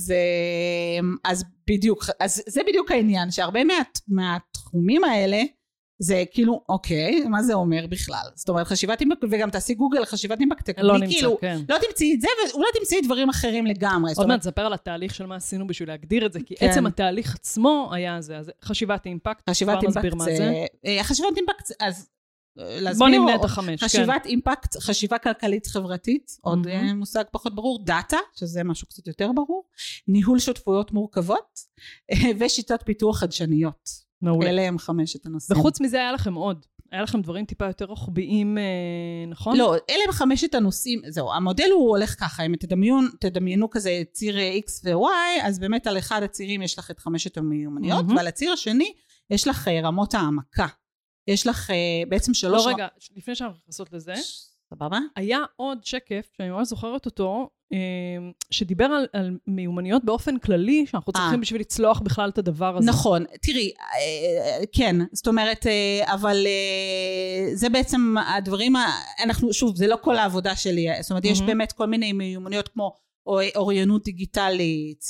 אז בדיוק, אז זה בדיוק העניין, שהרבה מהתחומים האלה, זה כאילו, אוקיי, מה זה אומר בכלל? זאת אומרת, חשיבת אימפקט, וגם תעשי גוגל, חשיבת אימפקט, לא נמצא, כאילו, כן. לא תמצאי את זה, ואולי תמצאי דברים אחרים לגמרי. עוד מעט, תספר על התהליך של מה עשינו בשביל להגדיר את זה, כי כן. עצם התהליך עצמו היה זה, אז חשיבת אימפקט, חשיבת אימפקט זה, זה. חשיבת אימפקט, אז להסביר, בוא נמנה את החמש, חשיבת כן. אימפקט, חשיבה כלכלית חברתית, עוד mm-hmm. מושג פחות ברור, דאטה, שזה משהו קצת יותר ברור, ניהול שותפויות מורכבות, ושיטת פיתוח חדשניות. מעולה. אלה הם חמשת הנושאים. וחוץ מזה היה לכם עוד, היה לכם דברים טיפה יותר רוחביים, נכון? לא, אלה הם חמשת הנושאים, זהו, המודל הוא הולך ככה, אם תדמיינו, תדמיינו כזה ציר X ו-Y, אז באמת על אחד הצירים יש לך את חמשת המיומנויות, ועל הציר השני יש לך רמות העמקה. יש לך בעצם שלוש... לא רגע, לפני שאנחנו נכנסות לזה, סבבה? היה עוד שקף, שאני ממש זוכרת אותו, שדיבר על, על מיומנויות באופן כללי, שאנחנו צריכים בשביל לצלוח בכלל את הדבר הזה. נכון, תראי, כן, זאת אומרת, אבל זה בעצם הדברים, אנחנו, שוב, זה לא כל העבודה שלי, זאת אומרת, יש באמת כל מיני מיומנויות כמו אוריינות דיגיטלית,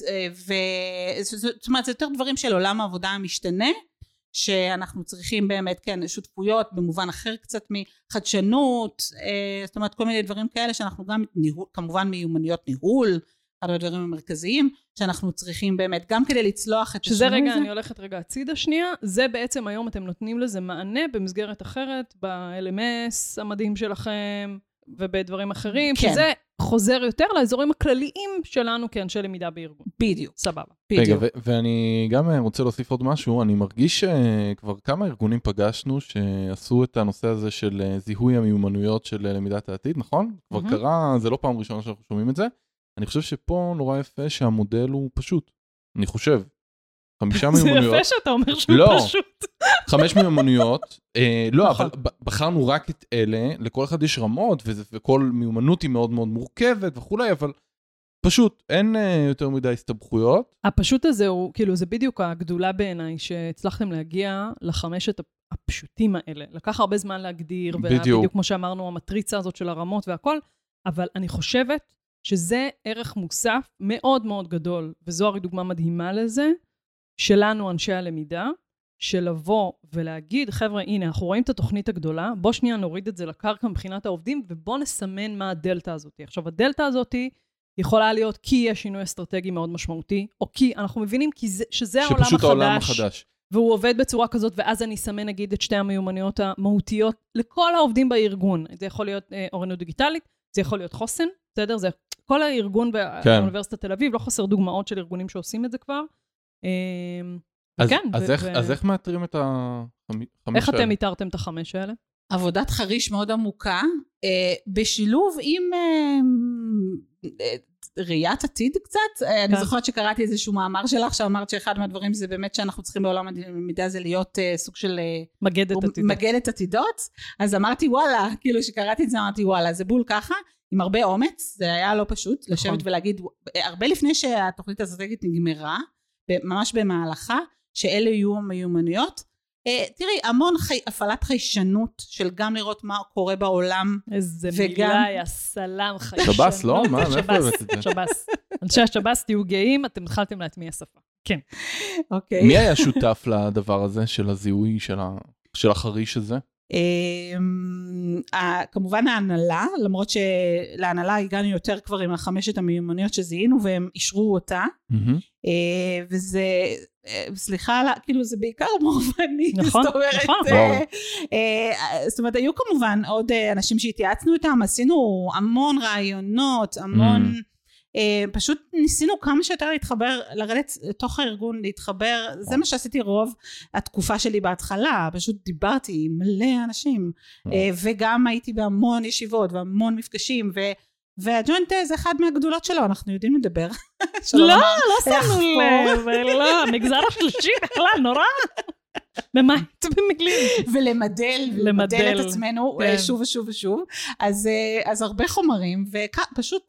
וזאת אומרת, זה יותר דברים של עולם העבודה המשתנה, שאנחנו צריכים באמת, כן, שותפויות במובן אחר קצת מחדשנות, זאת אומרת, כל מיני דברים כאלה שאנחנו גם, ניהול, כמובן מיומנויות ניהול, אחד הדברים המרכזיים, שאנחנו צריכים באמת, גם כדי לצלוח את שזה רגע, הזה. אני הולכת רגע הצידה שנייה, זה בעצם היום אתם נותנים לזה מענה במסגרת אחרת, ב-אל אם אס המדהים שלכם, ובדברים אחרים, כן. שזה חוזר יותר לאזורים הכלליים שלנו כאנשי למידה בארגון. בדיוק. סבבה. רגע, ו- ואני גם רוצה להוסיף עוד משהו, אני מרגיש שכבר כמה ארגונים פגשנו שעשו את הנושא הזה של זיהוי המיומנויות של למידת העתיד, נכון? כבר mm-hmm. קרה, זה לא פעם ראשונה שאנחנו שומעים את זה. אני חושב שפה נורא יפה שהמודל הוא פשוט. אני חושב. חמישה מיומנויות. זה יפה שאתה אומר שהוא לא, פשוט. חמש מיומנויות. אה, לא, אבל בחרנו רק את אלה, לכל אחד יש רמות, וכל מיומנות היא מאוד מאוד מורכבת וכולי, אבל פשוט אין אה, יותר מדי הסתבכויות. הפשוט הזה הוא, כאילו, זה בדיוק הגדולה בעיניי, שהצלחתם להגיע לחמשת הפשוטים האלה. לקח הרבה זמן להגדיר, ובדיוק כמו שאמרנו, המטריצה הזאת של הרמות והכל, אבל אני חושבת שזה ערך מוסף מאוד מאוד גדול, וזו הרי דוגמה מדהימה לזה, שלנו אנשי הלמידה, של לבוא ולהגיד, חבר'ה, הנה, אנחנו רואים את התוכנית הגדולה, בוא שנייה נוריד את זה לקרקע מבחינת העובדים, ובוא נסמן מה הדלטה הזאת. עכשיו, הדלטה הזאת יכולה להיות כי יש שינוי אסטרטגי מאוד משמעותי, או כי אנחנו מבינים כי זה, שזה העולם החדש, העולם החדש. והוא עובד בצורה כזאת, ואז אני אסמן נגיד את שתי המיומנויות המהותיות לכל העובדים בארגון. זה יכול להיות אה, אוריינות דיגיטלית, זה יכול להיות חוסן, בסדר? זה כל הארגון באוניברסיטת תל אביב, לא חסר דוגמאות של ארגונים שעושים את זה כבר. אז, כן, אז, ו- איך, ו- אז איך מאתרים את החמש האלה? איך אתם איתרתם את החמש האלה? עבודת חריש מאוד עמוקה, אה, בשילוב עם אה, אה, ראיית עתיד קצת. אה, אני זוכרת שקראתי איזשהו מאמר שלך, שאמרת שאחד מהדברים זה באמת שאנחנו צריכים בעולם המידע הזה להיות אה, סוג של... אה, מגדת עתידות. מגדת עתידות. אז אמרתי וואלה, כאילו שקראתי את זה אמרתי וואלה, זה בול ככה, עם הרבה אומץ, זה היה לא פשוט, לשבת ולהגיד, הרבה לפני שהתוכנית האסטרטגית נגמרה, ממש במהלכה, שאלה יהיו המיומנויות, תראי, המון חי, הפעלת חיישנות של גם לראות מה קורה בעולם. איזה וגם... מילה, יא סלם, חיישנות. שבס, לא? מה? מאיפה הבאת את זה? שבס. אנשי השבס תהיו גאים, אתם התחלתם להטמיע שפה. כן. אוקיי. מי היה שותף לדבר הזה, של הזיהוי, של, ה... של החריש הזה? כמובן ההנהלה, למרות שלהנהלה הגענו יותר כבר עם החמשת המיומנויות שזיהינו, והם אישרו אותה. וזה... סליחה, כאילו זה בעיקר מורבני. נכון, זאת אומרת, נכון. זאת אומרת, היו כמובן עוד אנשים שהתייעצנו איתם, עשינו המון רעיונות, המון, פשוט ניסינו כמה שיותר להתחבר, לרדת לתוך הארגון, להתחבר, זה מה שעשיתי רוב התקופה שלי בהתחלה, פשוט דיברתי עם מלא אנשים, וגם הייתי בהמון ישיבות, והמון מפגשים, ו... והג'וינט זה אחד מהגדולות שלו, אנחנו יודעים לדבר. לא, לא שמנו לב, לא, המגזר השלישי בכלל, נורא. במה את במילים? ולמדל, ולמדל את עצמנו שוב ושוב ושוב. אז הרבה חומרים, ופשוט,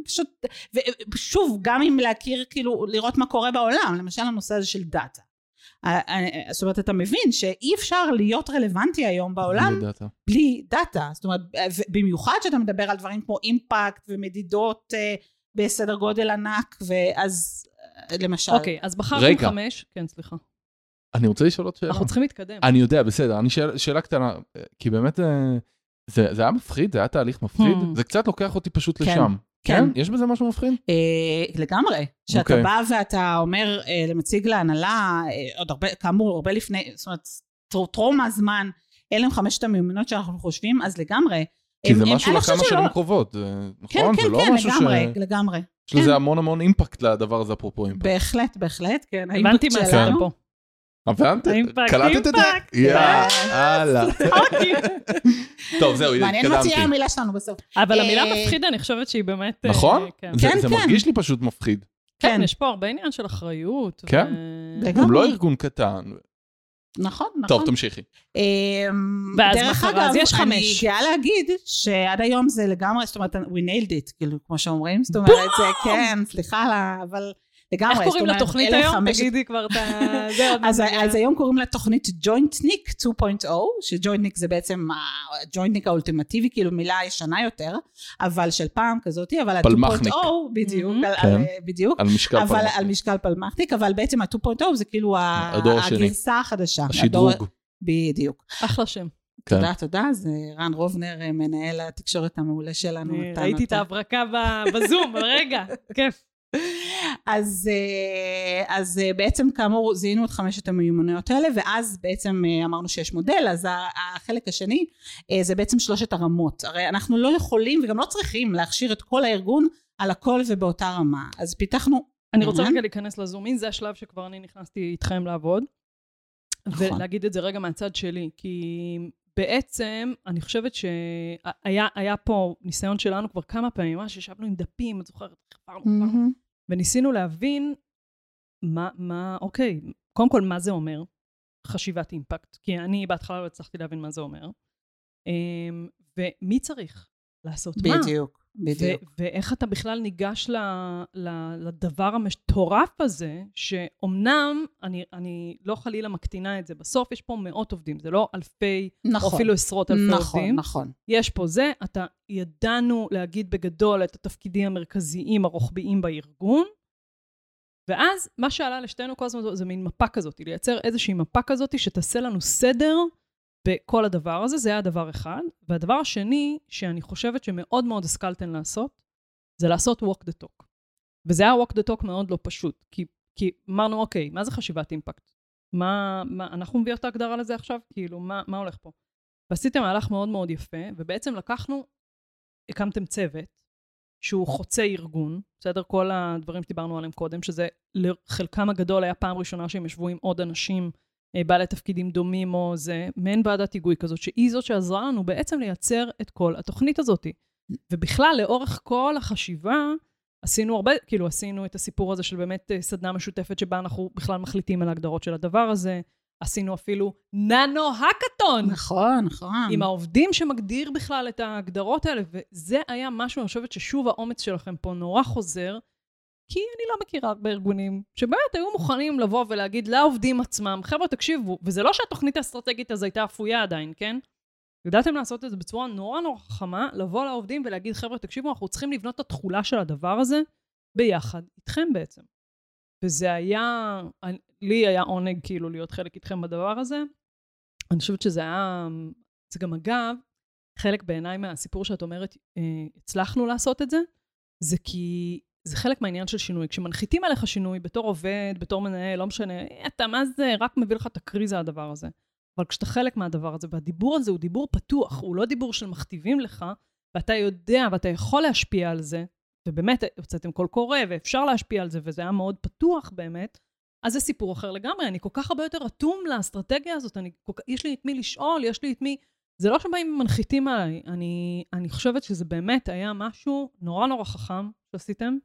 ושוב, גם אם להכיר, כאילו, לראות מה קורה בעולם, למשל הנושא הזה של דאטה. זאת אומרת, אתה מבין שאי אפשר להיות רלוונטי היום בעולם בלי דאטה. בלי דאטה. זאת אומרת, במיוחד שאתה מדבר על דברים כמו אימפקט ומדידות בסדר גודל ענק, ואז למשל... אוקיי, אז בחרנו חמש, כן, סליחה. אני רוצה לשאול עוד שאלה. אנחנו צריכים להתקדם. אני יודע, בסדר, אני שאלה קטנה, כי באמת זה היה מפחיד, זה היה תהליך מפחיד, זה קצת לוקח אותי פשוט לשם. כן? יש בזה משהו מפחיד? לגמרי. שאתה בא ואתה אומר למציג להנהלה, עוד הרבה, כאמור, הרבה לפני, זאת אומרת, טרום הזמן, אלה הם חמשת המיומנויות שאנחנו חושבים, אז לגמרי. כי זה משהו לכמה שנים קרובות, נכון? כן, כן, כן, לגמרי, לגמרי. יש לזה המון המון אימפקט לדבר הזה, אפרופו אימפקט. בהחלט, בהחלט, כן. הבנתי מה זה פה. הבנת? קלטת את זה? יאללה. טוב, זהו, התקדמתי. מעניין מה תהיה המילה שלנו בסוף. אבל המילה מפחידה, אני חושבת שהיא באמת... נכון? זה מרגיש לי פשוט מפחיד. כן, יש פה הרבה עניין של אחריות. כן, הם לא ארגון קטן. נכון, נכון. טוב, תמשיכי. ואז מחר, אז יש חמש. אני גאה להגיד שעד היום זה לגמרי, זאת אומרת, we nailed it, כאילו, כמו שאומרים, זאת אומרת, זה כן, סליחה, אבל... איך קוראים לתוכנית היום? תגידי כבר את זה. אז היום קוראים לתוכנית ג'וינטניק שתיים נקודה אפס, שג'וינטניק זה בעצם הג'וינטניק האולטימטיבי, כאילו מילה ישנה יותר, אבל של פעם כזאת, אבל ה-שתיים נקודה אפס, בדיוק, בדיוק, על משקל פלמחניק, אבל בעצם ה-שתיים נקודה אפס זה כאילו הגרסה החדשה. השדרוג. בדיוק. אחלה שם. תודה, תודה, זה רן רובנר, מנהל התקשורת המעולה שלנו. ראיתי את ההברקה בזום, רגע, כיף. אז, אז בעצם כאמור זיהינו את חמשת המיומנויות האלה, ואז בעצם אמרנו שיש מודל, אז החלק השני זה בעצם שלושת הרמות. הרי אנחנו לא יכולים וגם לא צריכים להכשיר את כל הארגון על הכל ובאותה רמה. אז פיתחנו... אני רוצה רגע להיכנס לזומין, זה השלב שכבר אני נכנסתי איתכם לעבוד, נכון. ולהגיד את זה רגע מהצד שלי, כי בעצם אני חושבת שהיה היה פה ניסיון שלנו כבר כמה פעמים, ממש ישבנו עם דפים, את זוכרת, חפרנו, חפרנו, וניסינו להבין מה, מה, אוקיי, קודם כל מה זה אומר, חשיבת אימפקט, כי אני בהתחלה לא הצלחתי להבין מה זה אומר, ומי צריך לעשות מה. בדיוק, בדיוק. ו- ואיך אתה בכלל ניגש ל- ל- לדבר המטורף הזה, שאומנם אני, אני לא חלילה מקטינה את זה, בסוף יש פה מאות עובדים, זה לא אלפי, נכון, או אפילו עשרות אלפי נכון, עובדים. נכון, נכון. יש פה זה, אתה ידענו להגיד בגדול את התפקידים המרכזיים הרוחביים בארגון, ואז מה שעלה לשתינו כל הזמן זה מין מפה כזאת, לייצר איזושהי מפה כזאת שתעשה לנו סדר בכל הדבר הזה, זה היה הדבר אחד. והדבר השני, שאני חושבת שמאוד מאוד השכלתן לעשות, זה לעשות walk the talk. וזה היה walk the talk מאוד לא פשוט, כי, כי אמרנו, אוקיי, מה זה חשיבת אימפקט? מה, מה, אנחנו מביאות את ההגדרה לזה עכשיו? כאילו, מה, מה הולך פה? ועשיתם מהלך מאוד מאוד יפה, ובעצם לקחנו, הקמתם צוות, שהוא חוצה ארגון, בסדר? כל הדברים שדיברנו עליהם קודם, שזה לחלקם הגדול היה פעם ראשונה שהם ישבו עם עוד אנשים, בעלי תפקידים דומים או זה, מעין ועדת היגוי כזאת, שהיא זאת שעזרה לנו בעצם לייצר את כל התוכנית הזאת. ובכלל, לאורך כל החשיבה, עשינו הרבה, כאילו עשינו את הסיפור הזה של באמת סדנה משותפת, שבה אנחנו בכלל מחליטים על ההגדרות של הדבר הזה, עשינו אפילו ננו הקטון. נכון, נכון. עם העובדים שמגדיר בכלל את ההגדרות האלה, וזה היה משהו, אני חושבת ששוב האומץ שלכם פה נורא חוזר, כי אני לא מכירה הרבה ארגונים, שבאמת היו מוכנים לבוא ולהגיד לעובדים עצמם, חבר'ה תקשיבו, וזה לא שהתוכנית האסטרטגית הזו הייתה אפויה עדיין, כן? ידעתם לעשות את זה בצורה נורא נורא חכמה, לבוא לעובדים ולהגיד, חבר'ה תקשיבו, אנחנו צריכים לבנות את התחולה של הדבר הזה, ביחד, איתכם בעצם. וזה היה, לי היה עונג כאילו להיות חלק איתכם בדבר הזה. אני חושבת שזה היה, זה גם אגב, חלק בעיניי מהסיפור שאת אומרת, הצלחנו לעשות את זה, זה כי זה חלק מהעניין של שינוי. כשמנחיתים עליך שינוי בתור עובד, בתור מנהל, לא משנה, אתה מה זה, רק מביא לך את הקריזה הדבר הזה. אבל כשאתה חלק מהדבר הזה, והדיבור הזה הוא דיבור פתוח, הוא לא דיבור של מכתיבים לך, ואתה יודע ואתה יכול להשפיע על זה, ובאמת הוצאתם קול קורא, ואפשר להשפיע על זה, וזה היה מאוד פתוח באמת, אז זה סיפור אחר לגמרי. אני כל כך הרבה יותר רתום לאסטרטגיה הזאת, אני, כל, יש לי את מי לשאול, יש לי את מי, זה לא שבאים מנחיתים עליי, אני, אני חושבת שזה באמת היה משהו נורא נורא חכם שעשיתם,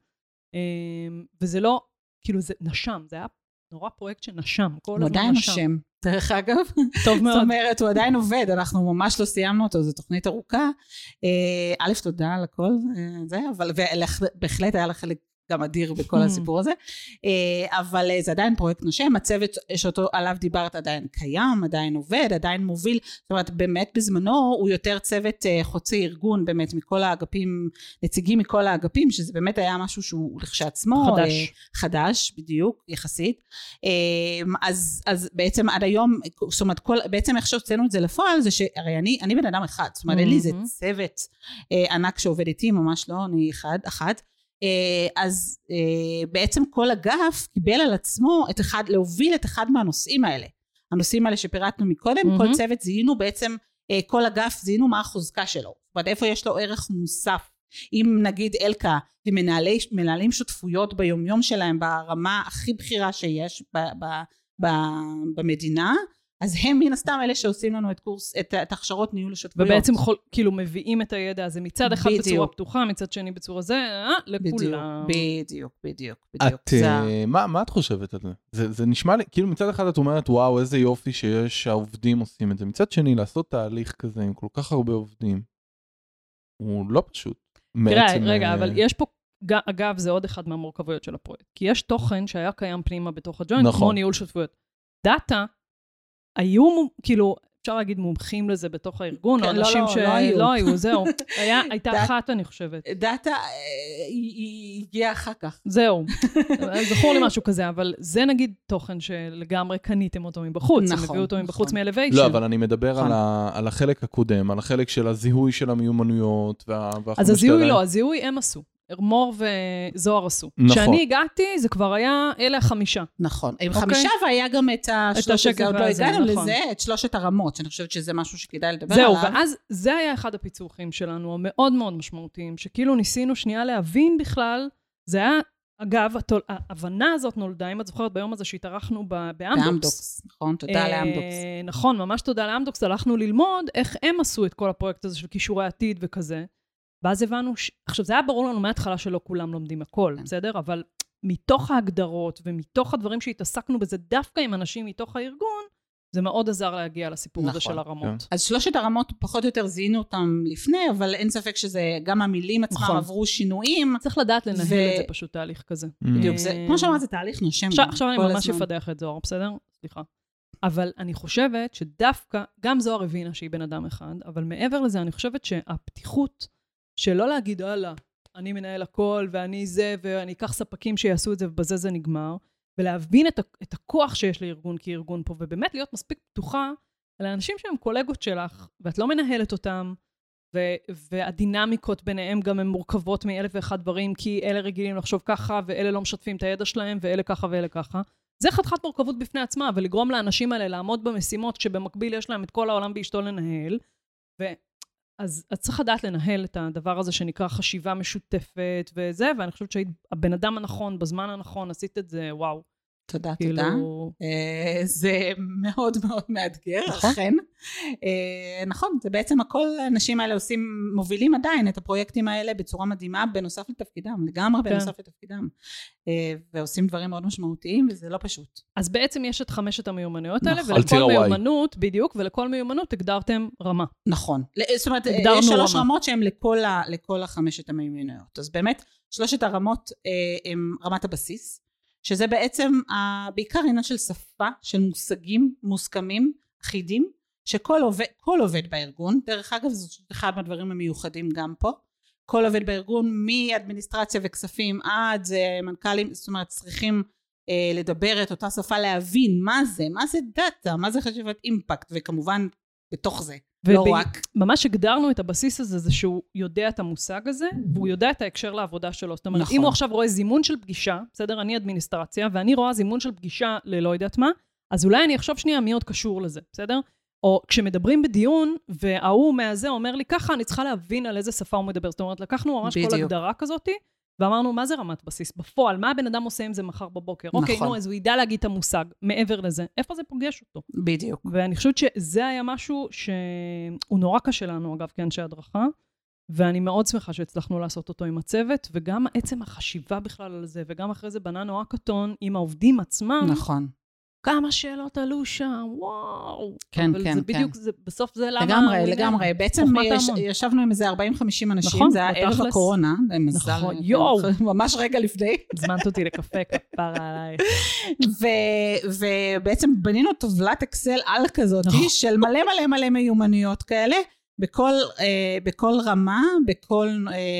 וזה לא, כאילו זה נשם, זה היה נורא פרויקט שנשם, כל הזמן נשם. הוא עדיין נשם, דרך אגב. טוב מאוד. זאת אומרת, הוא עדיין עובד, אנחנו ממש לא סיימנו אותו, זו תוכנית ארוכה. א', תודה על הכל, זה, אבל בהחלט היה לך חלק גם אדיר בכל הסיפור הזה, אבל זה עדיין פרויקט נושם, הצוות שאותו עליו דיברת עדיין קיים, עדיין עובד, עדיין מוביל, זאת אומרת, באמת בזמנו הוא יותר צוות חוצי ארגון, באמת מכל האגפים, נציגים מכל האגפים, שזה באמת היה משהו שהוא לכשעצמו, חדש, חדש, בדיוק, יחסית, אז, אז בעצם עד היום, זאת אומרת, כל, בעצם איך שהוצאנו את זה לפועל, זה שהרי אני, אני בן אדם אחד, זאת אומרת, אין לי זה צוות ענק שעובד איתי, ממש לא, אני אחד, אחת, אז בעצם כל אגף קיבל על עצמו את אחד, להוביל את אחד מהנושאים האלה. הנושאים האלה שפירטנו מקודם, mm-hmm. כל צוות זיהינו בעצם, כל אגף זיהינו מה החוזקה שלו. זאת אומרת, איפה יש לו ערך מוסף. אם נגיד אלקה, הם מנהלי, מנהלים שותפויות ביומיום שלהם, ברמה הכי בכירה שיש ב, ב, ב, במדינה, אז הם מן הסתם אלה שעושים לנו את קורס, את, את הכשרות ניהול השותפויות. ובעצם חול, כאילו מביאים את הידע הזה מצד אחד בדיוק. בצורה פתוחה, מצד שני בצורה זה, אה, לכולם. בדיוק, בדיוק, בדיוק. את, זה... מה, מה את חושבת על זה? זה? זה נשמע לי, כאילו מצד אחד את אומרת, וואו, איזה יופי שיש שהעובדים עושים את זה. מצד שני, לעשות תהליך כזה עם כל כך הרבה עובדים, הוא לא פשוט. תראה, מעצם... רגע, אבל יש פה, אגב, זה עוד אחד מהמורכבויות של הפרויקט. כי יש תוכן שהיה קיים פנימה בתוך הג'וינט, נכון. כמו ניהול שותפויות. דאטה, היו, כאילו, אפשר להגיד מומחים לזה בתוך הארגון, או אנשים שלא היו, זהו. הייתה אחת, אני חושבת. דאטה היא הגיעה אחר כך. זהו. זכור לי משהו כזה, אבל זה נגיד תוכן שלגמרי קניתם אותו מבחוץ, הם הביאו אותו מבחוץ מ-Elevation. לא, אבל אני מדבר על החלק הקודם, על החלק של הזיהוי של המיומנויות. אז הזיהוי לא, הזיהוי הם עשו. מור וזוהר עשו. כשאני הגעתי, זה כבר היה אלה החמישה. נכון. עם חמישה, והיה גם את השלושת, עוד לא הגענו לזה, את שלושת הרמות, שאני חושבת שזה משהו שכדאי לדבר עליו. זהו, ואז זה היה אחד הפיצוחים שלנו, המאוד מאוד משמעותיים, שכאילו ניסינו שנייה להבין בכלל, זה היה, אגב, ההבנה הזאת נולדה, אם את זוכרת ביום הזה שהתארחנו באמדוקס. באמדוקס, נכון, תודה לאמדוקס. נכון, ממש תודה לאמדוקס, הלכנו ללמוד איך הם עשו את כל הפרויקט הזה של קישורי עתיד וכזה. ואז הבנו, ש... עכשיו זה היה ברור לנו מההתחלה שלא כולם לומדים הכל, בסדר? אבל מתוך ההגדרות ומתוך הדברים שהתעסקנו בזה, דווקא עם אנשים מתוך הארגון, זה מאוד עזר להגיע לסיפור הזה של הרמות. אז שלושת הרמות פחות או יותר זיהינו אותם לפני, אבל אין ספק שזה גם המילים עצמם עברו שינויים. צריך לדעת לנהל את זה פשוט תהליך כזה. בדיוק, כמו שאמרת, זה תהליך נושם. עכשיו אני ממש אפדח את זוהר, בסדר? סליחה. אבל אני חושבת שדווקא, גם זוהר הבינה שהיא בן אדם אחד, אבל מעבר לזה אני חושבת שהפתיחות שלא להגיד, הלאה, אני מנהל הכל, ואני זה, ואני אקח ספקים שיעשו את זה, ובזה זה נגמר, ולהבין את, את הכוח שיש לארגון כארגון פה, ובאמת להיות מספיק פתוחה, על האנשים שהם קולגות שלך, ואת לא מנהלת אותם, ו- והדינמיקות ביניהם גם הן מורכבות מאלף ואחד דברים, כי אלה רגילים לחשוב ככה, ואלה לא משתפים את הידע שלהם, ואלה ככה ואלה ככה, זה חתיכת מורכבות בפני עצמה, ולגרום לאנשים האלה לעמוד במשימות, כשבמקביל יש להם את כל העולם באשתו לנהל, ואז את צריך לדעת לנהל את הדבר הזה שנקרא חשיבה משותפת וזה, ואני חושבת שהבן אדם הנכון, בזמן הנכון, עשית את זה, וואו. תודה, תודה. זה מאוד מאוד מאתגר, אכן. נכון, זה בעצם הכל האנשים האלה עושים, מובילים עדיין את הפרויקטים האלה בצורה מדהימה, בנוסף לתפקידם, לגמרי בנוסף לתפקידם. ועושים דברים מאוד משמעותיים, וזה לא פשוט. אז בעצם יש את חמשת המיומנויות האלה, ולכל מיומנות, בדיוק, ולכל מיומנות הגדרתם רמה. נכון. זאת אומרת, יש שלוש רמות שהן לכל החמשת המיומנויות. אז באמת, שלושת הרמות הן רמת הבסיס, שזה בעצם בעיקר עניין של שפה, של מושגים מוסכמים, אחידים, שכל עובד, כל עובד בארגון, דרך אגב זה אחד מהדברים המיוחדים גם פה, כל עובד בארגון מאדמיניסטרציה וכספים עד מנכ"לים, זאת אומרת צריכים אה, לדבר את אותה שפה, להבין מה זה, מה זה דאטה, מה זה חשיבת אימפקט, וכמובן בתוך זה. לא רק. ממש הגדרנו את הבסיס הזה, זה שהוא יודע את המושג הזה, והוא יודע את ההקשר לעבודה שלו. זאת אומרת, אם הוא עכשיו רואה זימון של פגישה, בסדר, אני אדמיניסטרציה, ואני רואה זימון של פגישה ללא יודעת מה, אז אולי אני אחשוב שנייה מי עוד קשור לזה, בסדר? או כשמדברים בדיון, וההוא מהזה אומר לי, ככה אני צריכה להבין על איזה שפה הוא מדבר. זאת אומרת, לקחנו ממש כל הגדרה כזאת, ואמרנו, מה זה רמת בסיס? בפועל, מה הבן אדם עושה עם זה מחר בבוקר? נכון. אוקיי, נו, אז הוא ידע להגיד את המושג, מעבר לזה. איפה זה פוגש אותו? בדיוק. ואני חושבת שזה היה משהו שהוא נורא קשה לנו, אגב, כאנשי הדרכה, ואני מאוד שמחה שהצלחנו לעשות אותו עם הצוות, וגם עצם החשיבה בכלל על זה, וגם אחרי זה בננו הקטון עם העובדים עצמם. נכון. כמה שאלות עלו שם, וואו. כן, אבל כן, זה כן. בדיוק, זה, בסוף זה למה... לגמרי, לגמרי. בעצם יש, ישבנו עם איזה ארבעים חמישים אנשים, נכון, זה היה ערב הקורונה. נכון, יואו. ממש רגע לפני. הזמנת אותי לקפה, כפרה עלייך. ובעצם בנינו טבלת אקסל על כזאת, של מלא מלא מלא מיומנויות כאלה, בכל, בכל רמה, בכל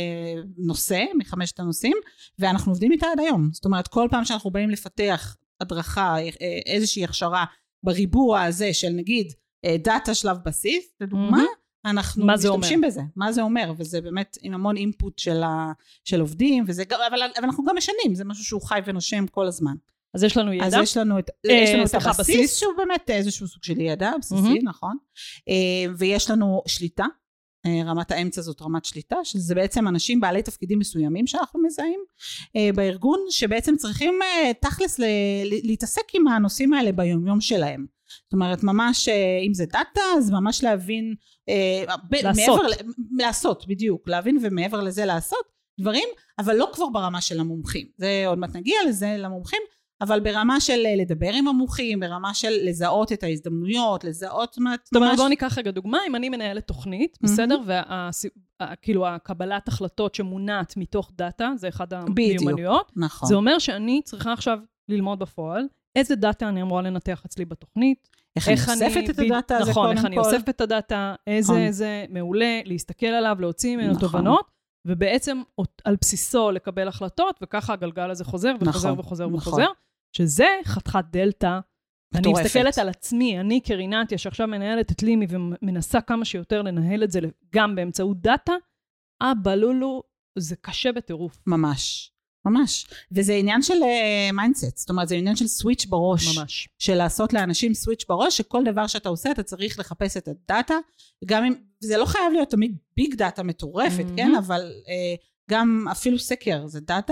נושא, מחמשת הנושאים, ואנחנו עובדים איתה עד היום. זאת אומרת, כל פעם שאנחנו באים לפתח הדרכה, איזושהי הכשרה בריבוע הזה של נגיד דאטה שלב בסיס, לדוגמה, אנחנו משתמשים בזה. מה זה אומר? וזה באמת עם המון אינפוט של, ה, של עובדים, וזה, אבל, אבל אנחנו גם משנים, זה משהו שהוא חי ונושם כל הזמן. אז יש לנו ידע? אז יש לנו את, אה, יש לנו את הבסיס, בסיס. שהוא באמת איזשהו סוג של ידע בסיסי, mm-hmm. נכון? אה, ויש לנו שליטה, רמת האמצע זאת רמת שליטה, שזה בעצם אנשים בעלי תפקידים מסוימים שאנחנו מזהים אה, בארגון, שבעצם צריכים אה, תכלס ל- ל- להתעסק עם הנושאים האלה ביומיום שלהם. זאת אומרת, ממש, אה, אם זה דאטה, אז ממש להבין, אה, לעשות. מעבר, לעשות, בדיוק, להבין ומעבר לזה לעשות דברים, אבל לא כבר ברמה של המומחים. זה עוד מעט נגיע לזה, למומחים, אבל ברמה של לדבר עם המומחים, ברמה של לזהות את ההזדמנויות, לזהות... זאת אומרת, בואו ניקח רגע דוגמה, אם אני מנהלת תוכנית, בסדר? וכאילו הקבלת החלטות שמונעת מתוך דאטה, זה אחד המיומנויות. נכון. זה אומר שאני צריכה עכשיו ללמוד בפועל, איזה דאטה אני אמורה לנתח אצלי בתוכנית. איך אני אוספת את הדאטה הזה קודם כל. נכון, איך אני אוספת את הדאטה, איזה זה מעולה, להסתכל עליו, להוציא ממנו תובנות, ובעצם על בסיסו לקבל החלטות, וככה הגלגל הזה חוזר וחוזר וחוזר וחוזר. שזה חתיכת דלתא. אני מסתכלת על עצמי, אני כרינתיה שעכשיו מנהלת את לימי ומנסה כמה שיותר לנהל את זה גם באמצעות דאטה, אבא לולו, זה קשה בטירוף. ממש, ממש. וזה עניין של מיינדסט, זאת אומרת, זה עניין של סוויץ' בראש. ממש. של לעשות לאנשים סוויץ' בראש, שכל דבר שאתה עושה, אתה צריך לחפש את הדאטה, גם אם, זה לא חייב להיות תמיד ביג דאטה מטורפת, mm-hmm. כן? אבל גם אפילו סקר זה דאטה,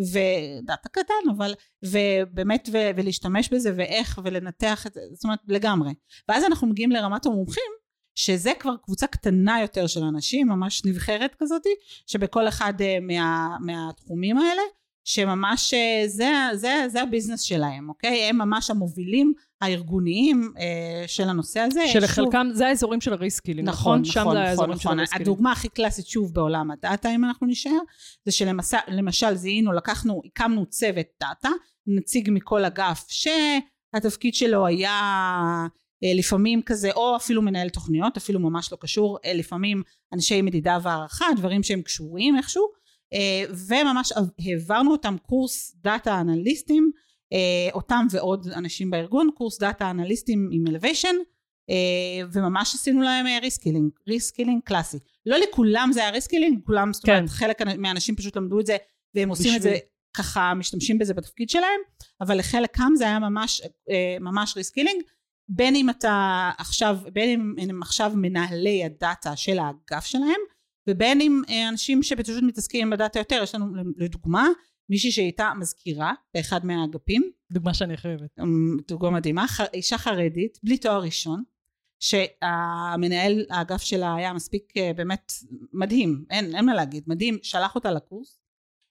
ודאטה קטן, אבל, ובאמת, ו, ולהשתמש בזה, ואיך, ולנתח את זה, זאת אומרת, לגמרי. ואז אנחנו מגיעים לרמת המומחים, שזה כבר קבוצה קטנה יותר של אנשים, ממש נבחרת כזאת, שבכל אחד מה, מהתחומים האלה, שממש זה, זה, זה הביזנס שלהם, אוקיי? הם ממש המובילים הארגוניים אה, של הנושא הזה. שלחלקם, שוב, זה האזורים של הריסקילינג, נכון? נכון, נכון, נכון, נכון. הדוגמה הכי קלאסית שוב בעולם הדאטה, אם אנחנו נשאר, זה שלמשל זיהינו, לקחנו, הקמנו צוות דאטה, נציג מכל אגף, שהתפקיד שלו היה אה, לפעמים כזה, או אפילו מנהל תוכניות, אפילו ממש לא קשור, אה, לפעמים אנשי מדידה והערכה, דברים שהם קשורים איכשהו, אה, וממש העברנו אותם קורס דאטה אנליסטים, אותם ועוד אנשים בארגון, קורס דאטה אנליסטים עם אלוויישן, וממש עשינו להם ריסקילינג, ריסקילינג קלאסי. לא לכולם זה היה ריסקילינג, כולם, זאת אומרת, חלק מהאנשים פשוט למדו את זה, והם עושים את זה ככה משתמשים בזה בתפקיד שלהם, אבל לחלקם זה היה ממש, ממש ריסקילינג, בין אם אתה עכשיו, בין אם הם עכשיו מנהלי הדאטה של האגף שלהם, ובין אם אנשים שפשוט מתעסקים בדאטה יותר, יש לנו לדוגמה, מישהי שהייתה מזכירה באחד מהאגפים. דוגמה שאני חייבת. דוגמה מדהימה, אישה חרדית, בלי תואר ראשון, שהמנהל האגף שלה היה מספיק באמת מדהים, אין, אין מה להגיד, מדהים, שלח אותה לקורס,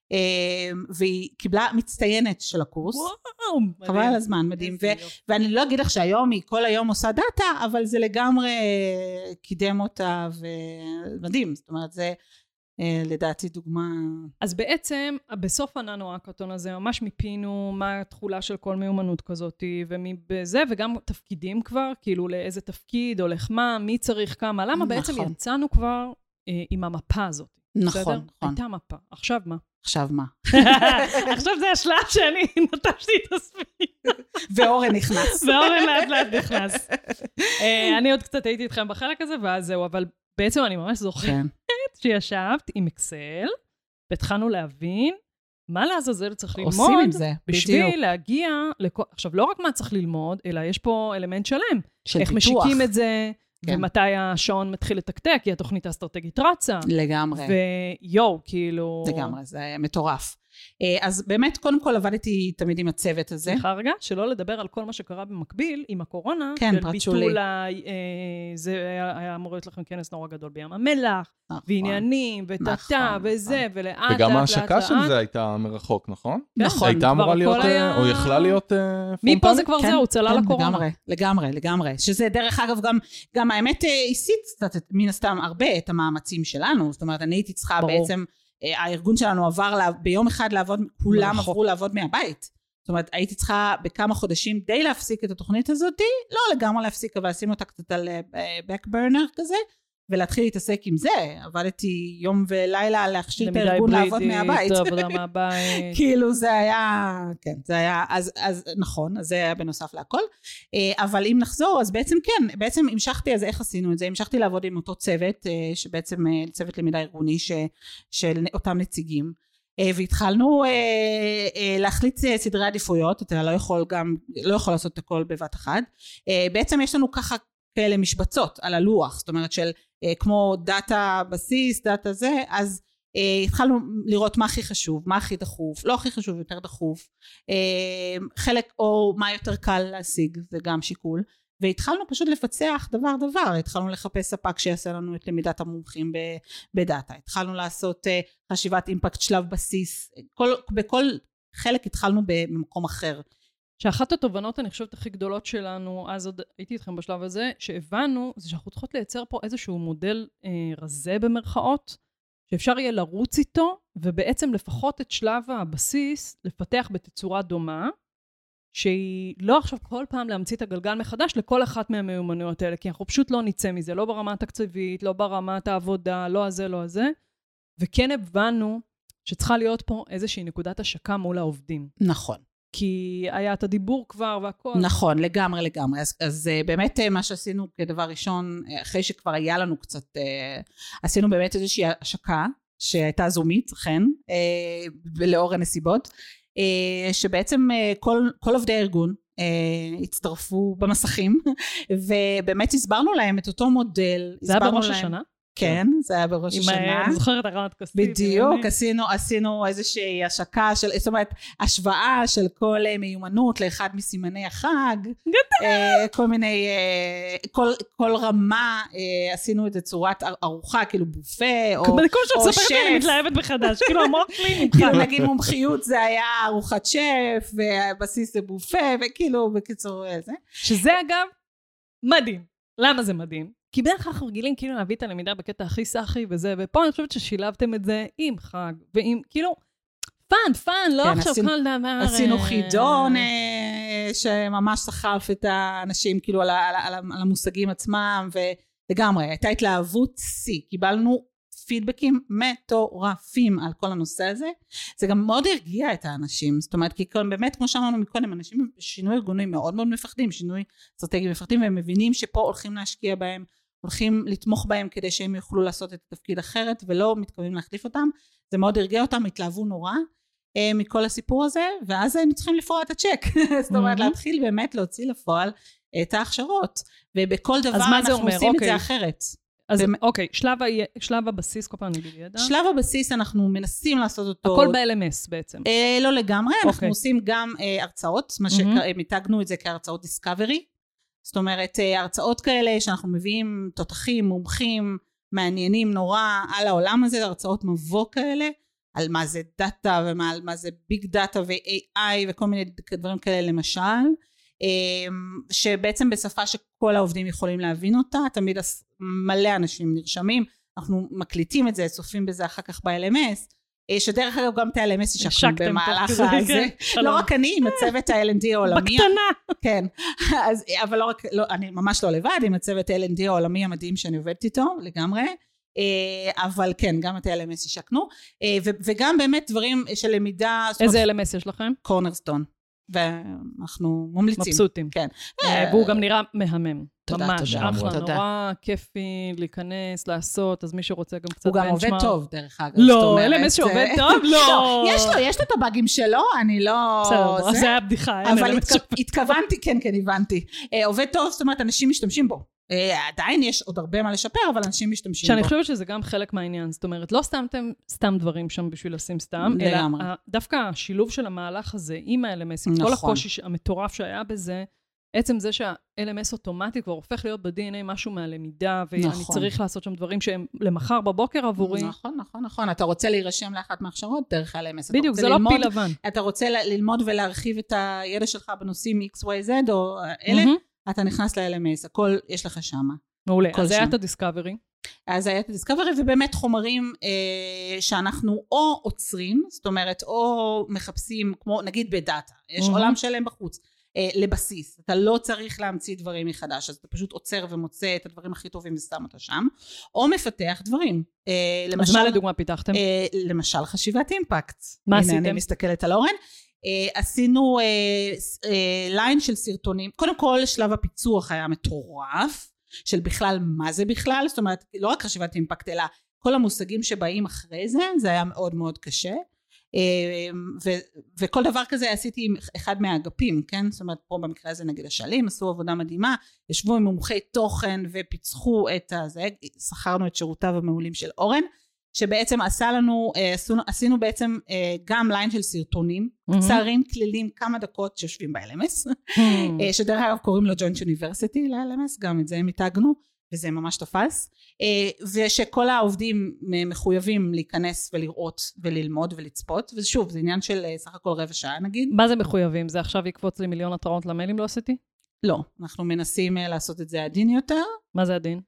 והיא קיבלה מצטיינת של הקורס. וואו, חבל על הזמן, מדהים. ואני לא אגיד לך שהיום היא כל היום עושה דאטה, אבל זה לגמרי קידם אותה ומדהים, זאת אומרת זה לדעתי דוגמה. אז בעצם בסוף הננו הקטון הזה ממש מיפינו מה התחולה של כל מיומנות כזאת ומבזה, וגם תפקידים כבר, כאילו לאיזה תפקיד הולך מה, מי צריך כמה, למה בעצם יצאנו כבר עם המפה הזאת. נכון, נכון. הייתה מפה, עכשיו מה? עכשיו מה? עכשיו זה השלב שאני נטשתי את עצמי. ואורן נכנס. ואורן לאט לאט נכנס. אני עוד קצת הייתי איתכם בחלק הזה, ואז זהו, אבל בעצם אני ממש זוכרת שישבת עם אקסל, והתחלנו להבין מה לעזאזל צריך ללמוד. עושים עם זה, בשביל להגיע, עכשיו לא רק מה צריך ללמוד, אלא יש פה אלמנט שלם. איך משיקים את זה, ומתי השעון מתחיל לתקתק, כי התוכנית האסטרטגית רצה. לגמרי. ויו, כאילו... לגמרי, זה מטורף. אז באמת, קודם כל עבדתי תמיד עם הצוות הזה. סליחה רגע, שלא לדבר על כל מה שקרה במקביל עם הקורונה. כן, פרט שולי. ביטול, זה היה אמור להיות לכם כנס נורא גדול בים המלח, ועניינים, וטטה, וזה, ולאט, לאט, לאט, וגם ההשקה של זה הייתה מרחוק, נכון? נכון. הייתה אמורה להיות, או יכלה להיות פרונטלית? מפה זה כבר זהו, צלל לקורונה. לגמרי, לגמרי, לגמרי. שזה דרך אגב גם האמת הסיט קצת, מן הסתם הרבה את המאמצים שלנו, זאת אומרת, אני הייתי צריכה בעצם הארגון שלנו עבר ביום אחד לעבוד, כולם עברו לעבוד מהבית. זאת אומרת, הייתי צריכה בכמה חודשים די להפסיק את התוכנית הזאת, לא לגמרי להפסיק, אבל עשינו אותה קצת על back burner כזה, ולהתחיל להתעסק עם זה. עבדתי יום ולילה להכשיר את הארגון לעבוד מהבית. עבודה מהבית. כאילו זה היה, כן, זה היה, אז, אז נכון, אז זה היה בנוסף להכל. אבל אם נחזור, אז בעצם כן, בעצם המשכתי, אז איך עשינו את זה? המשכתי לעבוד עם אותו צוות, שבעצם צוות למידה ארגוני ש, של אותם נציגים. והתחלנו להחליט סדרי עדיפויות, אתה לא יכול גם, לא יכול לעשות את הכל בבת אחת. בעצם יש לנו ככה כאלה משבצות על הלוח, זאת אומרת של כמו דאטה בסיס, דאטה זה, אז התחלנו לראות מה הכי חשוב, מה הכי דחוף, לא הכי חשוב, יותר דחוף, חלק או מה יותר קל להשיג, זה גם שיקול, והתחלנו פשוט לפצח דבר דבר, התחלנו לחפש ספק שיעשה לנו את למידת המומחים בדאטה, התחלנו לעשות חשיבת אימפקט שלב בסיס, כל, בכל חלק התחלנו במקום אחר. שאחת התובנות אני חושבת הכי גדולות שלנו, אז עוד הייתי איתכם בשלב הזה, שהבנו זה שאנחנו צריכות לייצר פה איזשהו מודל אה, רזה במרכאות, שאפשר יהיה לרוץ איתו, ובעצם לפחות את שלב הבסיס לפתח בתצורה דומה, שהיא לא עכשיו כל פעם להמציא את הגלגל מחדש לכל אחת מהמיומנויות האלה, כי אנחנו פשוט לא ניצא מזה, לא ברמה התקציבית, לא ברמת העבודה, לא הזה, לא הזה, וכן הבנו שצריכה להיות פה איזושהי נקודת השקה מול העובדים. נכון. כי היה את הדיבור כבר והכל. נכון, לגמרי, לגמרי. אז, אז באמת מה שעשינו כדבר ראשון, אחרי שכבר היה לנו קצת, עשינו באמת איזושהי השקה, שהייתה זומית, אכן, לאור הנסיבות, שבעצם כל, כל עובדי הארגון הצטרפו במסכים, ובאמת הסברנו להם את אותו מודל. זה היה בראש השנה? כן, זה היה בראש השנה. אני זוכרת הרמת כוסית. בדיוק, עשינו, עשינו איזושהי השקה של, זאת אומרת, השוואה של כל מיומנות לאחד מסימני החג. כל מיני, כל, כל רמה, עשינו את זה צורת ארוחה, כאילו בופה, או, או שף. אני מתלהבת בחדש, כאילו המוח שלי נמחק. כאילו נגיד מומחיות זה היה ארוחת שף, והבסיס זה בופה, וכאילו בקיצור זה. שזה אגב מדהים. למה זה מדהים? כי בדרך כלל אנחנו רגילים כאילו להביא את הלמידה בקטע הכי סחי וזה, ופה אני חושבת ששילבתם את זה עם חג, ועם כאילו, פן, פן, לא עכשיו כל דבר. עשינו חידון שממש סחף את האנשים כאילו על המושגים עצמם, ולגמרי, הייתה התלהבות סי, קיבלנו פידבקים מטורפים על כל הנושא הזה, זה גם מאוד הרגיע את האנשים, זאת אומרת, כי באמת כמו שאמרנו מקודם, אנשים שינוי ארגוני מאוד מאוד מפחדים, שינוי אסטרטגי מפחדים, והם מבינים שפה הולכים להשקיע בהם, הולכים לתמוך בהם כדי שהם יוכלו לעשות את התפקיד אחרת, ולא מתכוונים להחליף אותם, זה מאוד הרגיע אותם, התלהבו נורא, מכל הסיפור הזה, ואז היינו צריכים לפרוע את הצ'ק. זאת אומרת, להתחיל באמת להוציא לפועל את ההכשרות, ובכל דבר אנחנו עושים את זה אחרת. אז אוקיי, שלב הבסיס, כל פעם נגיד ידע. שלב הבסיס אנחנו מנסים לעשות אותו. הכל ב-אל אם אס בעצם. לא לגמרי, אנחנו עושים גם הרצאות, מה שמיתגנו את זה כהרצאות דיסקאברי. זאת אומרת, הרצאות כאלה שאנחנו מביאים תותחים, מומחים, מעניינים נורא על העולם הזה, הרצאות מבוא כאלה, על מה זה דאטה ומה זה ביג דאטה ו-איי איי וכל מיני דברים כאלה למשל, שבעצם בשפה שכל העובדים יכולים להבין אותה, תמיד מלא אנשים נרשמים, אנחנו מקליטים את זה, צופים בזה אחר כך ב-אל אם אס, שדרך אגב גם את ה-אל אם אס השקנו במהלך הזה, לא רק אני, עם הצוות ה-אל אנד די העולמי, בקטנה, כן, אבל לא רק, אני ממש לא לבד, עם הצוות ה-אל אנד די העולמי המדהים שאני עובדת איתו לגמרי, אבל כן, גם את ה-אל אם אס השקנו, וגם באמת דברים של למידה, איזה אל אם אס יש לכם? קורנרסטון, ואנחנו ממליצים. מבסוטים. כן. והוא גם נראה מהמם. תודה, ממש, תודה. אחלה, נורא כיפי להיכנס, לעשות, אז מי שרוצה גם קצת הוא גם עובד טוב, דרך אגב. לא, אל אם אס שעובד טוב? לא. יש לו, יש לו את הבאגים שלו, אני לא... בסדר, זה היה בדיחה. אבל התכוונתי, כן, כן, הבנתי. עובד טוב, זאת אומרת, אנשים משתמשים בו. עדיין יש עוד הרבה מה לשפר, אבל אנשים משתמשים בו. שאני חושבת שזה גם חלק מהעניין, זאת אומרת, לא סתמתם סתם דברים שם בשביל לשים סתם, אלא דווקא השילוב של המהלך הזה עם ה-אל אם אס, עם כל הקושי המטורף שהיה בזה, עצם זה שה-אל אם אס אוטומטי כבר הופך להיות ב-די אן איי משהו מהלמידה, ואני צריך לעשות שם דברים שהם למחר בבוקר עבורי. נכון, נכון, נכון. אתה רוצה להירשם לאחת מהכשרות דרך ה-אל אם אס. בדיוק, זה לא פיל לבן. אתה רוצה ללמוד ולהרחיב את הידע שלך בנושאים אקס וואי זד או אלה, אתה נכנס ל-אל אם אס, הכל יש לך שמה. מעולה, אז היה את הדיסקאברי. אז היה את הדיסקאברי, ובאמת חומרים אה, שאנחנו או עוצרים, זאת אומרת, או מחפשים, כמו נגיד בדאטה, יש mm-hmm. עולם שלם בחוץ, אה, לבסיס, אתה לא צריך להמציא דברים מחדש, אז אתה פשוט עוצר ומוצא את הדברים הכי טובים ושם אותה שם, או מפתח דברים. אה, למשל, אז מה לדוגמה פיתחתם? אה, למשל חשיבת אימפקט. מה עשיתם? הנה אני מסתכלת על אורן. Uh, עשינו ליין uh, uh, של סרטונים, קודם כל שלב הפיצוח היה מטורף, של בכלל מה זה בכלל, זאת אומרת לא רק חשיבת אימפקט אלא כל המושגים שבאים אחרי זה, זה היה מאוד מאוד קשה, uh, ו- וכל דבר כזה עשיתי עם אחד מהאגפים, כן? זאת אומרת פה במקרה הזה נגיד השאלים, עשו עבודה מדהימה, ישבו עם מומחי תוכן ופיצחו את זה, שכרנו את שירותיו המעולים של אורן, שבעצם עשה לנו, עשינו, עשינו בעצם גם ליין של סרטונים, קצרים, כלילים, כמה דקות שיושבים ב-אל אם אס, שדרך אגב קוראים לו ג'וינט יוניברסיטי ל-אל אם אס, גם את זה הם התאגנו, וזה ממש תפס, ושכל העובדים מחויבים להיכנס ולראות וללמוד ולצפות, ושוב, זה עניין של סך הכל רבע שעה נגיד. מה זה מחויבים? זה עכשיו יקפוץ לי מיליון התראות למיילים לא עשיתי? לא, אנחנו מנסים לעשות את זה עדין יותר. מה זה עדין?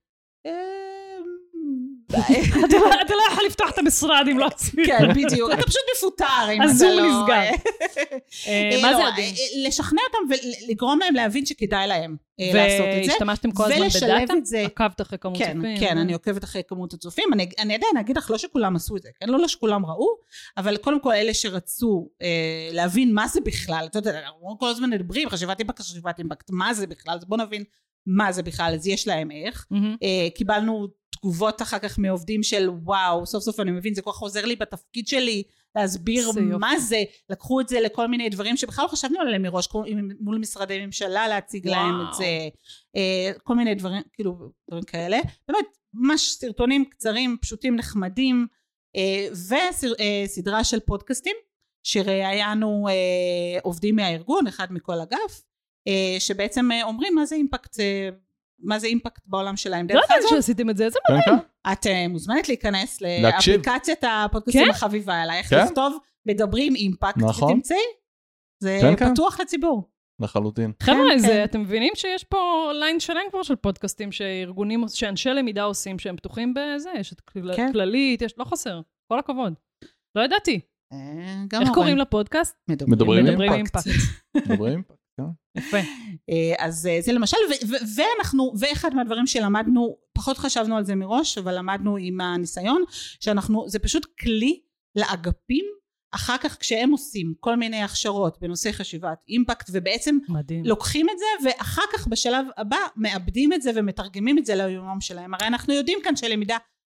אתה לא יכול לפתוח את המשרד אם לא עשית. כן, בדיוק. אתה פשוט מפוטר. אז הוא נסגר. מה זה עדין? לשכנע אותם ולגרום להם להבין שכדאי להם לעשות את זה. והשתמשתם כל הזמן בדאטה? עקבת אחרי כמות צופים? כן, אני עוקבת אחרי כמות הצופים. אני עדיין אגיד לך, לא שכולם עשו את זה, לא שכולם ראו, אבל קודם כל אלה שרצו להבין מה זה בכלל, אתה יודע, כל הזמן מדברים, חשיבת אימפקט, חשיבת אימפקט, מה זה בכלל, אז בוא נבין מה זה בכלל, אז יש להם איך. קיבלנו תגובות אחר כך מעובדים של וואו, סוף סוף אני מבין, זה כל כך עוזר לי בתפקיד שלי, להסביר מה זה, לקחו את זה לכל מיני דברים שבכלל לא חשבנו עליהם מראש, מול משרדי ממשלה להציג להם את זה, כל מיני דברים, כאילו דברים כאלה, באמת, ממש סרטונים קצרים, פשוטים, נחמדים, וסדרה של פודקאסטים, שראיינו עובדים מהארגון, אחד מכל אגף, שבעצם אומרים מה זה אימפקט, מה זה אימפקט בעולם שלהם. לא יודעת שעשיתם את זה, זה מדהים. את מוזמנת להיכנס לאפליקציית הפודקאסטים החביבה אלייך, לכתוב, מדברים אימפקט, ותמצאי, זה פתוח לציבור. לחלוטין. חבר'ה, אתם מבינים שיש פה ליין שלם כבר של פודקאסטים, שארגונים, שאנשי למידה עושים, שהם פתוחים בזה, יש את כללית, לא חסר, כל הכבוד. לא ידעתי. איך קוראים לפודקאסט? מדברים אימפקט. מדברים אימפקט. יפה. אז זה למשל, ואנחנו, ואחד מהדברים שלמדנו, פחות חשבנו על זה מראש, אבל למדנו עם הניסיון, שאנחנו, זה פשוט כלי לאגפים, אחר כך כשהם עושים כל מיני הכשרות בנושא חשיבת אימפקט, ובעצם לוקחים את זה, ואחר כך בשלב הבא מאבדים את זה, ומתרגמים את זה ליום שלהם. הרי אנחנו יודעים כאן שלמידה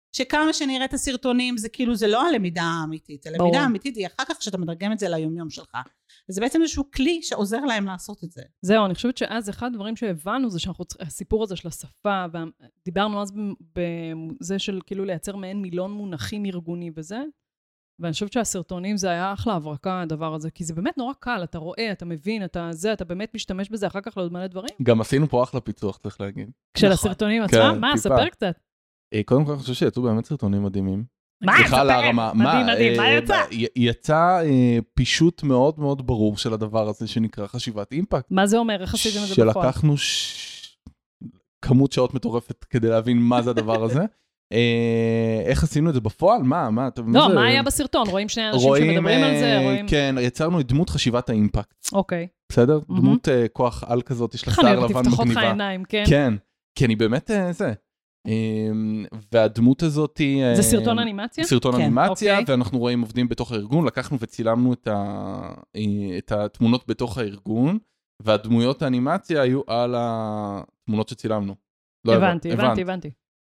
שכמה שנראה את הסרטונים, זה כאילו, זה לא הלמידה האמיתית, הלמידה האמיתית היא אחר כך שאתה מדרגם את זה ליומיום שלך. וזה בעצם איזשהו כלי שעוזר להם לעשות את זה. זהו, אני חושבת שאז אחד הדברים שהבנו זה שהסיפור הזה של השפה, ודיברנו אז בזה של כאילו לייצר מעין מילון מונחים ארגוני וזה, ואני חושבת שהסרטונים זה היה אחלה הברקה, הדבר הזה, כי זה באמת נורא קל, אתה רואה, אתה מבין, אתה זה, אתה באמת משתמש בזה אחר כך לעוד מלא דברים. גם עשינו פה אחלה פיצוח, צריך להגיד. של הסרטונים עצמם? מה, ספר קצת. קודם כל אני חושב שיצאו באמת סרטונים מדהימים. מה, ספר? מדהים, מדהים, מה יצא? יצא פישוט מאוד מאוד ברור של הדבר הזה שנקרא חשיבת אימפקט. מה זה אומר? איך עשיתם את זה בפועל? שלקחנו כמות שעות מטורפת כדי להבין מה זה הדבר הזה. איך עשינו את זה בפועל? מה? מה? לא, מה היה בסרטון? רואים שני אנשים שמדברים על זה? כן, יצרנו את דמות חשיבת האימפקט. אוקיי. בסדר? דמות כוח על כזאת, יש לה שיער לבן תפתחו מגניבה. לך עיניים, כן. כן, כי אני באמת זה. והדמות הזאת זה סרטון אנימציה? סרטון אנימציה, ואנחנו רואים עובדים בתוך הארגון, לקחנו וצילמנו את התמונות בתוך הארגון, והדמויות האנימציה היו על התמונות שצילמנו. הבנתי, הבנתי, הבנתי.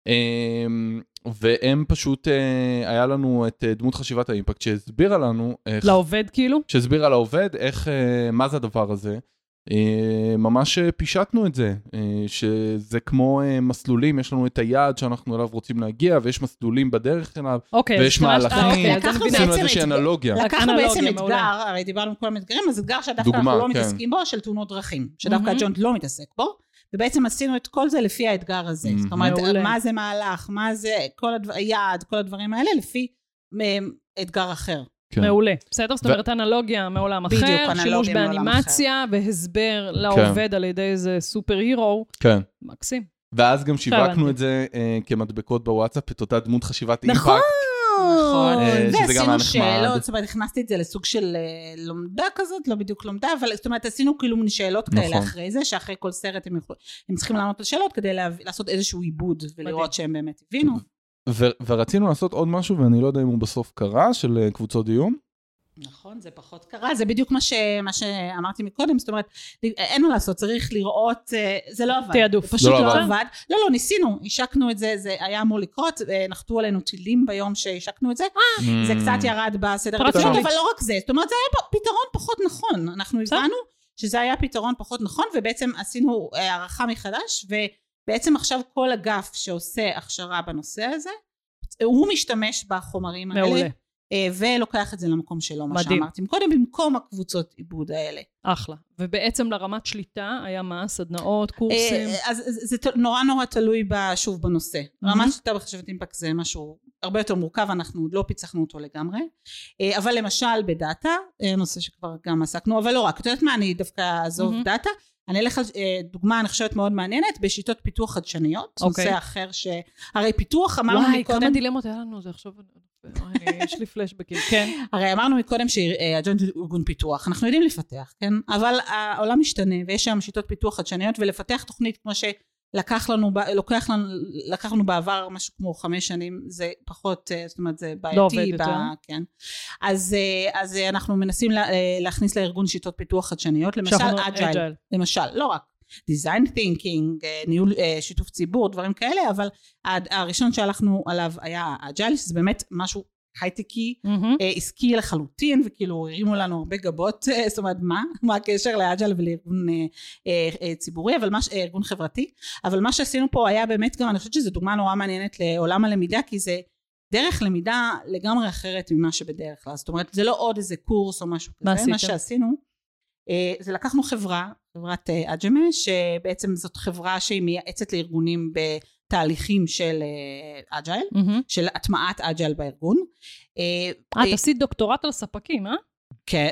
והם פשוט, היה לנו את דמות חשיבת האימפקט שהסבירה לנו, לעובד כאילו? שהסבירה לעובד איך, מה זה הדבר הזה, ממש פישטנו את זה, שזה כמו מסלולים, יש לנו את היעד שאנחנו אליו רוצים להגיע, ויש מסלולים בדרך אליו, ויש מהלכים, עשינו איזושהי אנלוגיה. לקחנו בעצם אתגר, הרי דיברנו כל המתגרים, אז אתגר שדווקא אנחנו לא מתעסקים בו, של תאונות דרכים, שדווקא הג'וינט לא מתעסק בו, ובעצם עשינו את כל זה לפי האתגר הזה. זאת אומרת, מה זה מהלך, מה זה היעד, כל הדברים האלה, לפי אתגר אחר. מעולה. בסדר? זאת אומרת, אנלוגיה מעולם אחר, שימוש באנימציה, והסבר לעובד על ידי איזה סופר הירו. כן. מקסים. ואז גם שיווקנו את זה כמדבקות בוואטסאפ, את אותה דמות חשיבת אימפקט. נכון. ועשינו שאלות, זאת אומרת, הכנסתי את זה לסוג של לומדה כזאת, לא בדיוק לומדה, אבל זאת אומרת, עשינו כאילו שאלות כאלה אחרי זה, שאחרי כל סרט הם צריכים לענות על שאלות, כדי לעשות איזשהו עיבוד, ולראות שהם באמת הבינו. ורצינו לעשות עוד משהו, ואני לא יודע אם הוא בסוף קרה, של קבוצות דיון. נכון, זה פחות קרה, זה בדיוק מה, ש, מה שאמרתי מקודם, זאת אומרת, אין מה לעשות, צריך לראות, זה לא עבד. תעדוף. פשוט לא, לא עבד. לא, לא, ניסינו, השקנו את זה, זה היה אמור לקרות, נחתו עלינו טילים ביום שהשקנו את זה, זה קצת ירד בסדר הפתרון, אבל לא רק זה, זאת אומרת, זה היה פתרון פחות נכון, אנחנו הבנו שזה היה פתרון פחות נכון, ובעצם עשינו הערכה מחדש, ובעצם עכשיו כל אגף שעושה הכשרה בנושא הזה, הוא משתמש בחומרים האלה. מעולה. ולוקח את זה למקום שלו, מה שאמרתי. קודם במקום הקבוצות עיבוד האלה. אחלה. ובעצם לרמת שליטה היה מה? סדנאות, קורסים? אז זה נורא נורא תלוי שוב בנושא. רמת שליטה בחשיבת אימפקט זה משהו הרבה יותר מורכב, אנחנו עוד לא פיצחנו אותו לגמרי. אבל למשל בדאטה, נושא שכבר גם עסקנו, אבל לא רק. את יודעת מה? אני דווקא עזוב דאטה. אני אלך על דוגמה, אני חושבת מאוד מעניינת, בשיטות פיתוח חדשניות. נושא אחר שהרי פיתוח אמרנו מקודם... וואי, כמה דילמות היה לנו, זה עכשיו... יש לי פלשבקים, כן. הרי אמרנו מקודם שהג'וינט הוא ארגון פיתוח, אנחנו יודעים לפתח, כן? אבל העולם משתנה, ויש שם שיטות פיתוח חדשניות, ולפתח תוכנית כמו שלקח לנו, לוקח לנו, לקח לנו בעבר משהו כמו חמש שנים, זה פחות, זאת אומרת, זה בעייתי. לא עובד יותר. כן. אז, אז אנחנו מנסים להכניס לארגון שיטות פיתוח חדשניות, למשל אג'ייל, למשל, לא רק. design thinking, ניהול, שיתוף ציבור, דברים כאלה, אבל הראשון שהלכנו עליו היה אג'ייל, שזה באמת משהו הייטקי, עסקי לחלוטין, וכאילו הרימו לנו הרבה גבות, זאת אומרת, מה? מה הקשר לאג'ייל ולארגון ציבורי, אבל ארגון חברתי, אבל מה שעשינו פה היה באמת גם, אני חושבת שזו דוגמה נורא מעניינת לעולם הלמידה, כי זה דרך למידה לגמרי אחרת ממה שבדרך כלל, זאת אומרת, זה לא עוד איזה קורס או משהו כזה, מה שעשינו, זה לקחנו חברה, חברת אג'מה, שבעצם זאת חברה שהיא מייעצת לארגונים בתהליכים של אג'ייל, של הטמעת אג'ייל בארגון. את עשית דוקטורט על ספקים, אה? כן,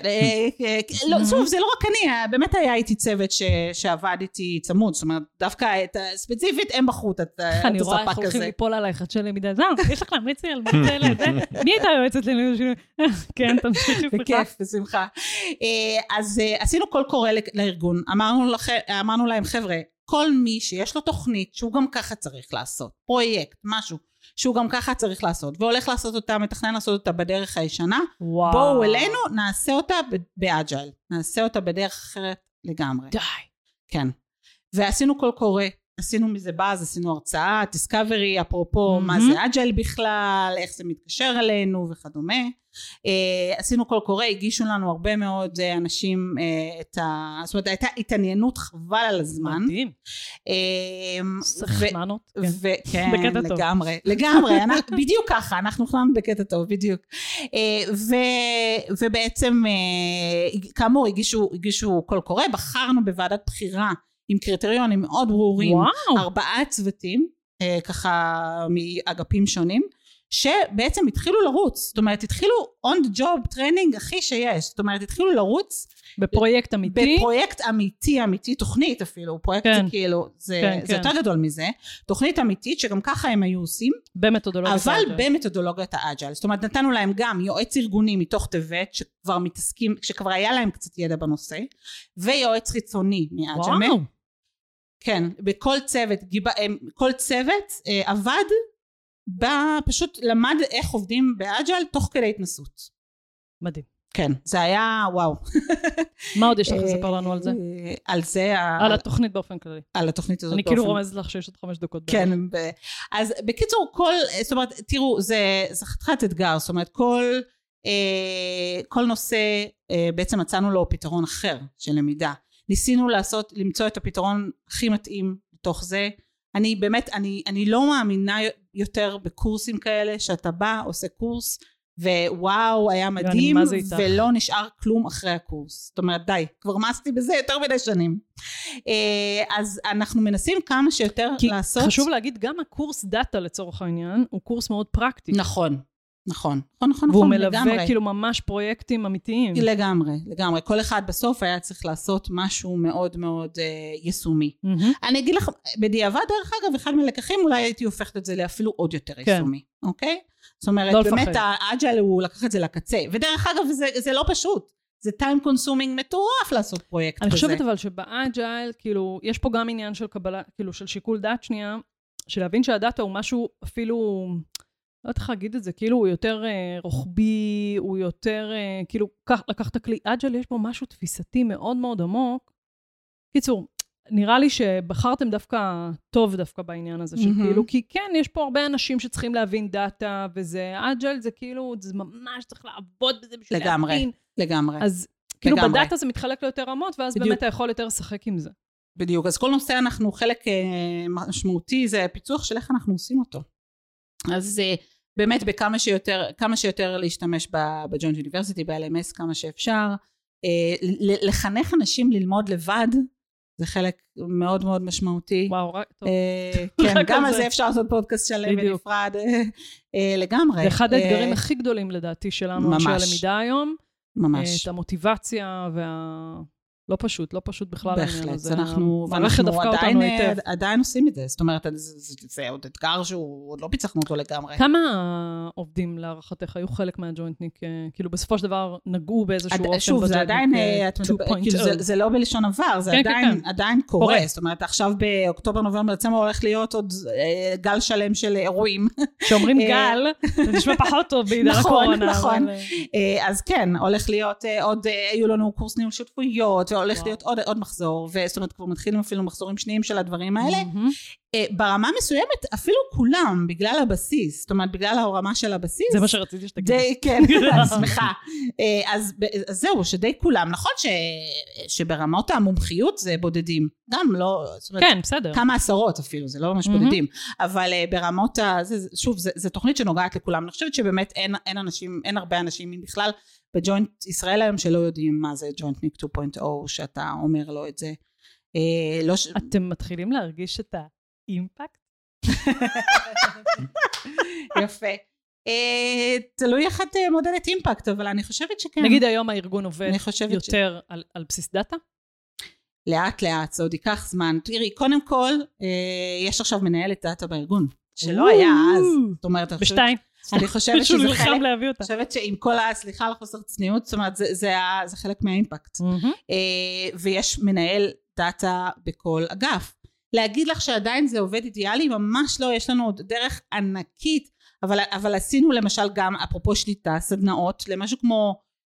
לא, זה לא רק אני, באמת היה איתי צוות שעבד איתי צמוד, זאת אומרת, דווקא ספציפית הם בחרו את הספק הזה. אני רואה איך הולכים ליפול עליך של למידה, זהו, יש לך להמליץ לי על מה זה לזה? מי הייתה יועצת ללמידה שלנו? כן, תמשיכי פתחה. בכיף, בשמחה. אז עשינו קול קורא לארגון, אמרנו להם, חבר'ה, כל מי שיש לו תוכנית שהוא גם ככה צריך לעשות, פרויקט, משהו, שהוא גם ככה צריך לעשות, והולך לעשות אותה, מתכנן לעשות אותה בדרך הישנה, וואו. בואו אלינו, נעשה אותה באג'ייל, נעשה אותה בדרך אחרת לגמרי. די. כן. ועשינו קול קורא עשינו מזה באז, עשינו הרצאה, דיסקאברי, אפרופו mm-hmm. מה זה אג'ייל בכלל, איך זה מתקשר אלינו וכדומה. Uh, עשינו קול קורא, הגישו לנו הרבה מאוד uh, אנשים uh, את ה... זאת אומרת, הייתה התעניינות חבל על הזמן. מדהים. Uh, סחמנות. כן, בקטע טוב. לגמרי, לגמרי, בדיוק ככה, אנחנו חלמנו בקטע טוב, בדיוק. Uh, ו, ובעצם, uh, כאמור, הגישו, הגישו קול קורא, בחרנו בוועדת בחירה, עם קריטריונים מאוד ברורים, וואו. ארבעה צוותים, uh, ככה מאגפים שונים, שבעצם התחילו לרוץ, זאת אומרת, התחילו on the job training הכי שיש, זאת אומרת, התחילו לרוץ, בפרויקט אמיתי, בפרויקט אמיתי, אמיתי, תוכנית אפילו, פרויקט כן. זה כאילו, זה, כן, זה כן. יותר גדול מזה, תוכנית אמיתית שגם ככה הם היו עושים, במתודולוגיית אבל האג'ל. במתודולוגיית האג'ל, זאת אומרת, נתנו להם גם יועץ ארגוני מתוך טבת, שכבר מתעסקים, שכבר היה להם קצת ידע בנושא, ויועץ חיצוני מאג'ל. וואו. כן, בכל צוות, כל צוות עבד, בא, פשוט למד איך עובדים באג'ל תוך כדי התנסות. מדהים. כן, זה היה וואו. מה עוד יש לך לספר לנו על זה? על זה... על התוכנית באופן כללי. על התוכנית הזאת. אני כאילו רומזת לך שיש עוד חמש דקות. כן, אז בקיצור, כל, זאת אומרת, תראו, זה חתיכת אתגר, זאת אומרת, כל, כל נושא, בעצם מצאנו לו פתרון אחר של למידה. ניסינו לעשות, למצוא את הפתרון הכי מתאים לתוך זה. אני באמת, אני, אני לא מאמינה יותר בקורסים כאלה, שאתה בא, עושה קורס, ווואו, היה מדהים, ולא נשאר כלום אחרי הקורס. זאת אומרת, די, כבר מסתי בזה יותר מדי שנים. אז אנחנו מנסים כמה שיותר לעשות. חשוב להגיד, גם הקורס דאטה לצורך העניין, הוא קורס מאוד פרקטי. נכון. נכון, נכון, נכון, והוא נכון, מלווה לגמרי. כאילו ממש פרויקטים אמיתיים. לגמרי, לגמרי. כל אחד בסוף היה צריך לעשות משהו מאוד מאוד אה, יישומי. Mm-hmm. אני אגיד לך, בדיעבד דרך אגב, אחד מלקחים, אולי הייתי הופכת את זה לאפילו עוד יותר כן. יישומי. אוקיי? זאת אומרת, לא באמת האג'ל הוא לקח את זה לקצה. ודרך אגב, זה, זה לא פשוט. זה time consuming מטורף לעשות פרויקט אני כזה. חושבת אבל שבאג'ל, כאילו, יש פה גם עניין של קבלה, כאילו, של שיקול דעת שנייה, של להבין שהדאטה הוא משהו אפילו... לא יודעת איך להגיד את זה, כאילו הוא יותר אה, רוחבי, הוא יותר, אה, כאילו, כך, לקח את הכלי אג'ל, יש בו משהו תפיסתי מאוד מאוד עמוק. קיצור, נראה לי שבחרתם דווקא טוב דווקא בעניין הזה, של mm-hmm. כאילו, כי כן, יש פה הרבה אנשים שצריכים להבין דאטה, וזה אג'ל, זה כאילו, זה ממש צריך לעבוד בזה בשביל לגמרי, להבין. לגמרי. אז כאילו לגמרי. בדאטה זה מתחלק ליותר רמות, ואז בדיוק. באמת אתה יכול יותר לשחק עם זה. בדיוק, אז כל נושא אנחנו, חלק אה, משמעותי, זה פיצוח של איך אנחנו עושים אותו. אז באמת בכמה שיותר, כמה שיותר להשתמש בג'וינט יוניברסיטי, ב-אל אם אס כמה שאפשר, לחנך אנשים ללמוד לבד, זה חלק מאוד מאוד משמעותי. וואו, טוב. כן, גם על זה אפשר לעשות פודקאסט שלם ונפרד, לגמרי. זה אחד האתגרים הכי גדולים לדעתי שלנו, אנשי הלמידה היום. ממש. את המוטיבציה וה... לא פשוט, לא פשוט בכלל. בהחלט, זה אנחנו, ואנחנו עדיין, עדיין עושים את זה, זאת אומרת, זה, זה, זה עוד אתגר שהוא עוד לא פיצחנו אותו לגמרי. כמה עובדים להערכתך היו חלק מהג'וינטניק, כאילו בסופו של דבר נגעו באיזשהו אופן בג'וינטניק? שוב, זה עדיין, כאילו זה, זה לא בלשון עבר, זה כן, עדיין, כן. עדיין קורה, קורה, זאת אומרת, עכשיו באוקטובר, נובמבר, דצמבר הולך להיות עוד גל שלם של אירועים. שאומרים גל, זה נשמע פחות טוב בעידן הקורונה. נכון, נכון. אז כן, הולך להיות עוד, היו לנו קורס ניהול שותפויות, והולך וואו. להיות עוד, עוד מחזור, וזאת אומרת, כבר מתחילים אפילו מחזורים שניים של הדברים האלה. Mm-hmm. ברמה מסוימת, אפילו כולם, בגלל הבסיס, זאת אומרת, בגלל הרמה של הבסיס. זה מה שרציתי שתגיד. די, כן, אני שמחה. אז, אז זהו, שדי כולם. נכון ש, שברמות המומחיות זה בודדים. גם לא, זאת אומרת, כן, בסדר. כמה עשרות אפילו, זה לא ממש mm-hmm. בודדים. אבל ברמות, זה, שוב, זה, זה תוכנית שנוגעת לכולם. אני חושבת שבאמת אין, אין אנשים, אין הרבה אנשים, בכלל, בג'וינט ישראל היום שלא יודעים מה זה ג'וינטניק שתיים נקודה אפס, שאתה אומר לו את זה. לא ש... אתם מתחילים להרגיש את האימפקט? יפה. תלוי איך את מודדת אימפקט, אבל אני חושבת שכן. נגיד היום הארגון עובד יותר על בסיס דאטה? לאט לאט, זה עוד ייקח זמן. תראי, קודם כל, יש עכשיו מנהלת דאטה בארגון, שלא היה אז. זאת אומרת, בשתיים. אני חושבת שזה חלק, אני חושבת שעם כל הסליחה על חוסר צניעות, זאת אומרת, זה, זה, זה חלק מהאימפקט. Mm-hmm. ויש מנהל דאטה בכל אגף. להגיד לך שעדיין זה עובד אידיאלי, ממש לא, יש לנו עוד דרך ענקית, אבל, אבל עשינו למשל גם, אפרופו שליטה, סדנאות, למשהו כמו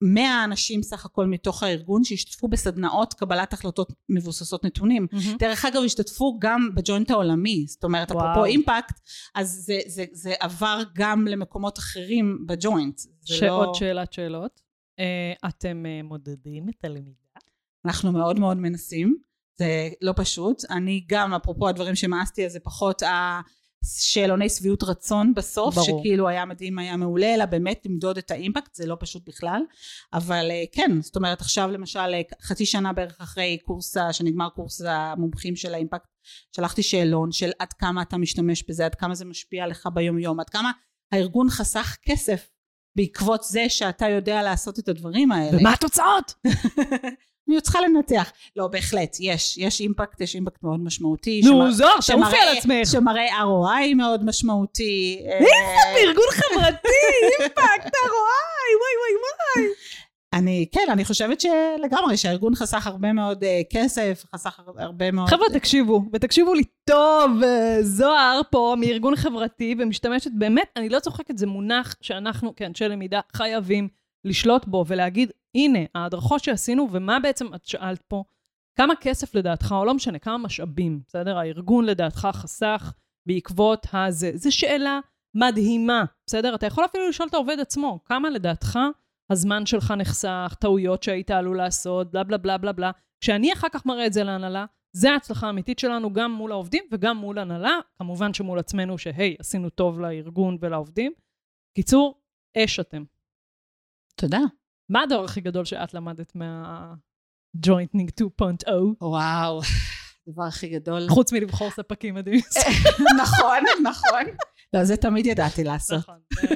מאה אנשים סך הכל מתוך הארגון שהשתתפו בסדנאות קבלת החלטות מבוססות נתונים. Mm-hmm. דרך אגב, השתתפו גם בג'וינט העולמי, זאת אומרת, וואו. אפרופו אימפקט, אז זה, זה, זה עבר גם למקומות אחרים בג'וינט. שעוד לא... שאלת שאלות. Uh, אתם uh, מודדים את הלמידה? אנחנו מאוד מאוד מנסים, זה לא פשוט. אני גם, אפרופו הדברים שמאסתי, אז זה פחות השאלוני שביעות רצון בסוף, ברור. שכאילו היה מדהים, היה מעולה, אלא באמת למדוד את האימפקט, זה לא פשוט בכלל. אבל כן, זאת אומרת, עכשיו למשל, חצי שנה בערך אחרי קורס, שנגמר קורס המומחים של האימפקט, שלחתי שאלון של עד כמה אתה משתמש בזה, עד כמה זה משפיע לך ביום יום, עד כמה הארגון חסך כסף, בעקבות זה שאתה יודע לעשות את הדברים האלה. ומה התוצאות? אני צריכה לנתח. לא, בהחלט, יש, יש אימפקט, יש אימפקט מאוד משמעותי. נו, זו, תעופי על עצמך. שמראה אר או איי מאוד משמעותי. איזה בארגון חברתי, אימפקט, אר או איי, וואי וואי וואי. אני, כן, אני חושבת שלגמרי, שהארגון חסך הרבה מאוד כסף, חסך הרבה מאוד... חבר'ה, תקשיבו, ותקשיבו לי טוב, זוהר פה מארגון חברתי, ומשתמשת באמת, אני לא צוחקת, זה מונח שאנחנו, כאנשי למידה, חייבים לשלוט בו, ולהגיד, הנה, ההדרכות שעשינו, ומה בעצם את שאלת פה, כמה כסף לדעתך, או לא משנה, כמה משאבים, בסדר? הארגון לדעתך חסך בעקבות הזה. זו שאלה מדהימה, בסדר? אתה יכול אפילו לשאול את העובד עצמו, כמה לדעתך הזמן שלך נחסך, טעויות שהיית עלול לעשות, בלה בלה בלה בלה בלה. כשאני אחר כך מראה את זה להנהלה, זה ההצלחה האמיתית שלנו גם מול העובדים וגם מול הנהלה, כמובן שמול עצמנו שהי, עשינו טוב לארגון ולעובדים. קיצור, אש אתם. תודה. מה הדבר הכי גדול שאת למדת מה-Jointnik שתיים נקודה אפס? וואו, הדבר הכי גדול. חוץ מלבחור ספקים מדהים. נכון, נכון. לא, זה תמיד ידעתי לעשות. נכון.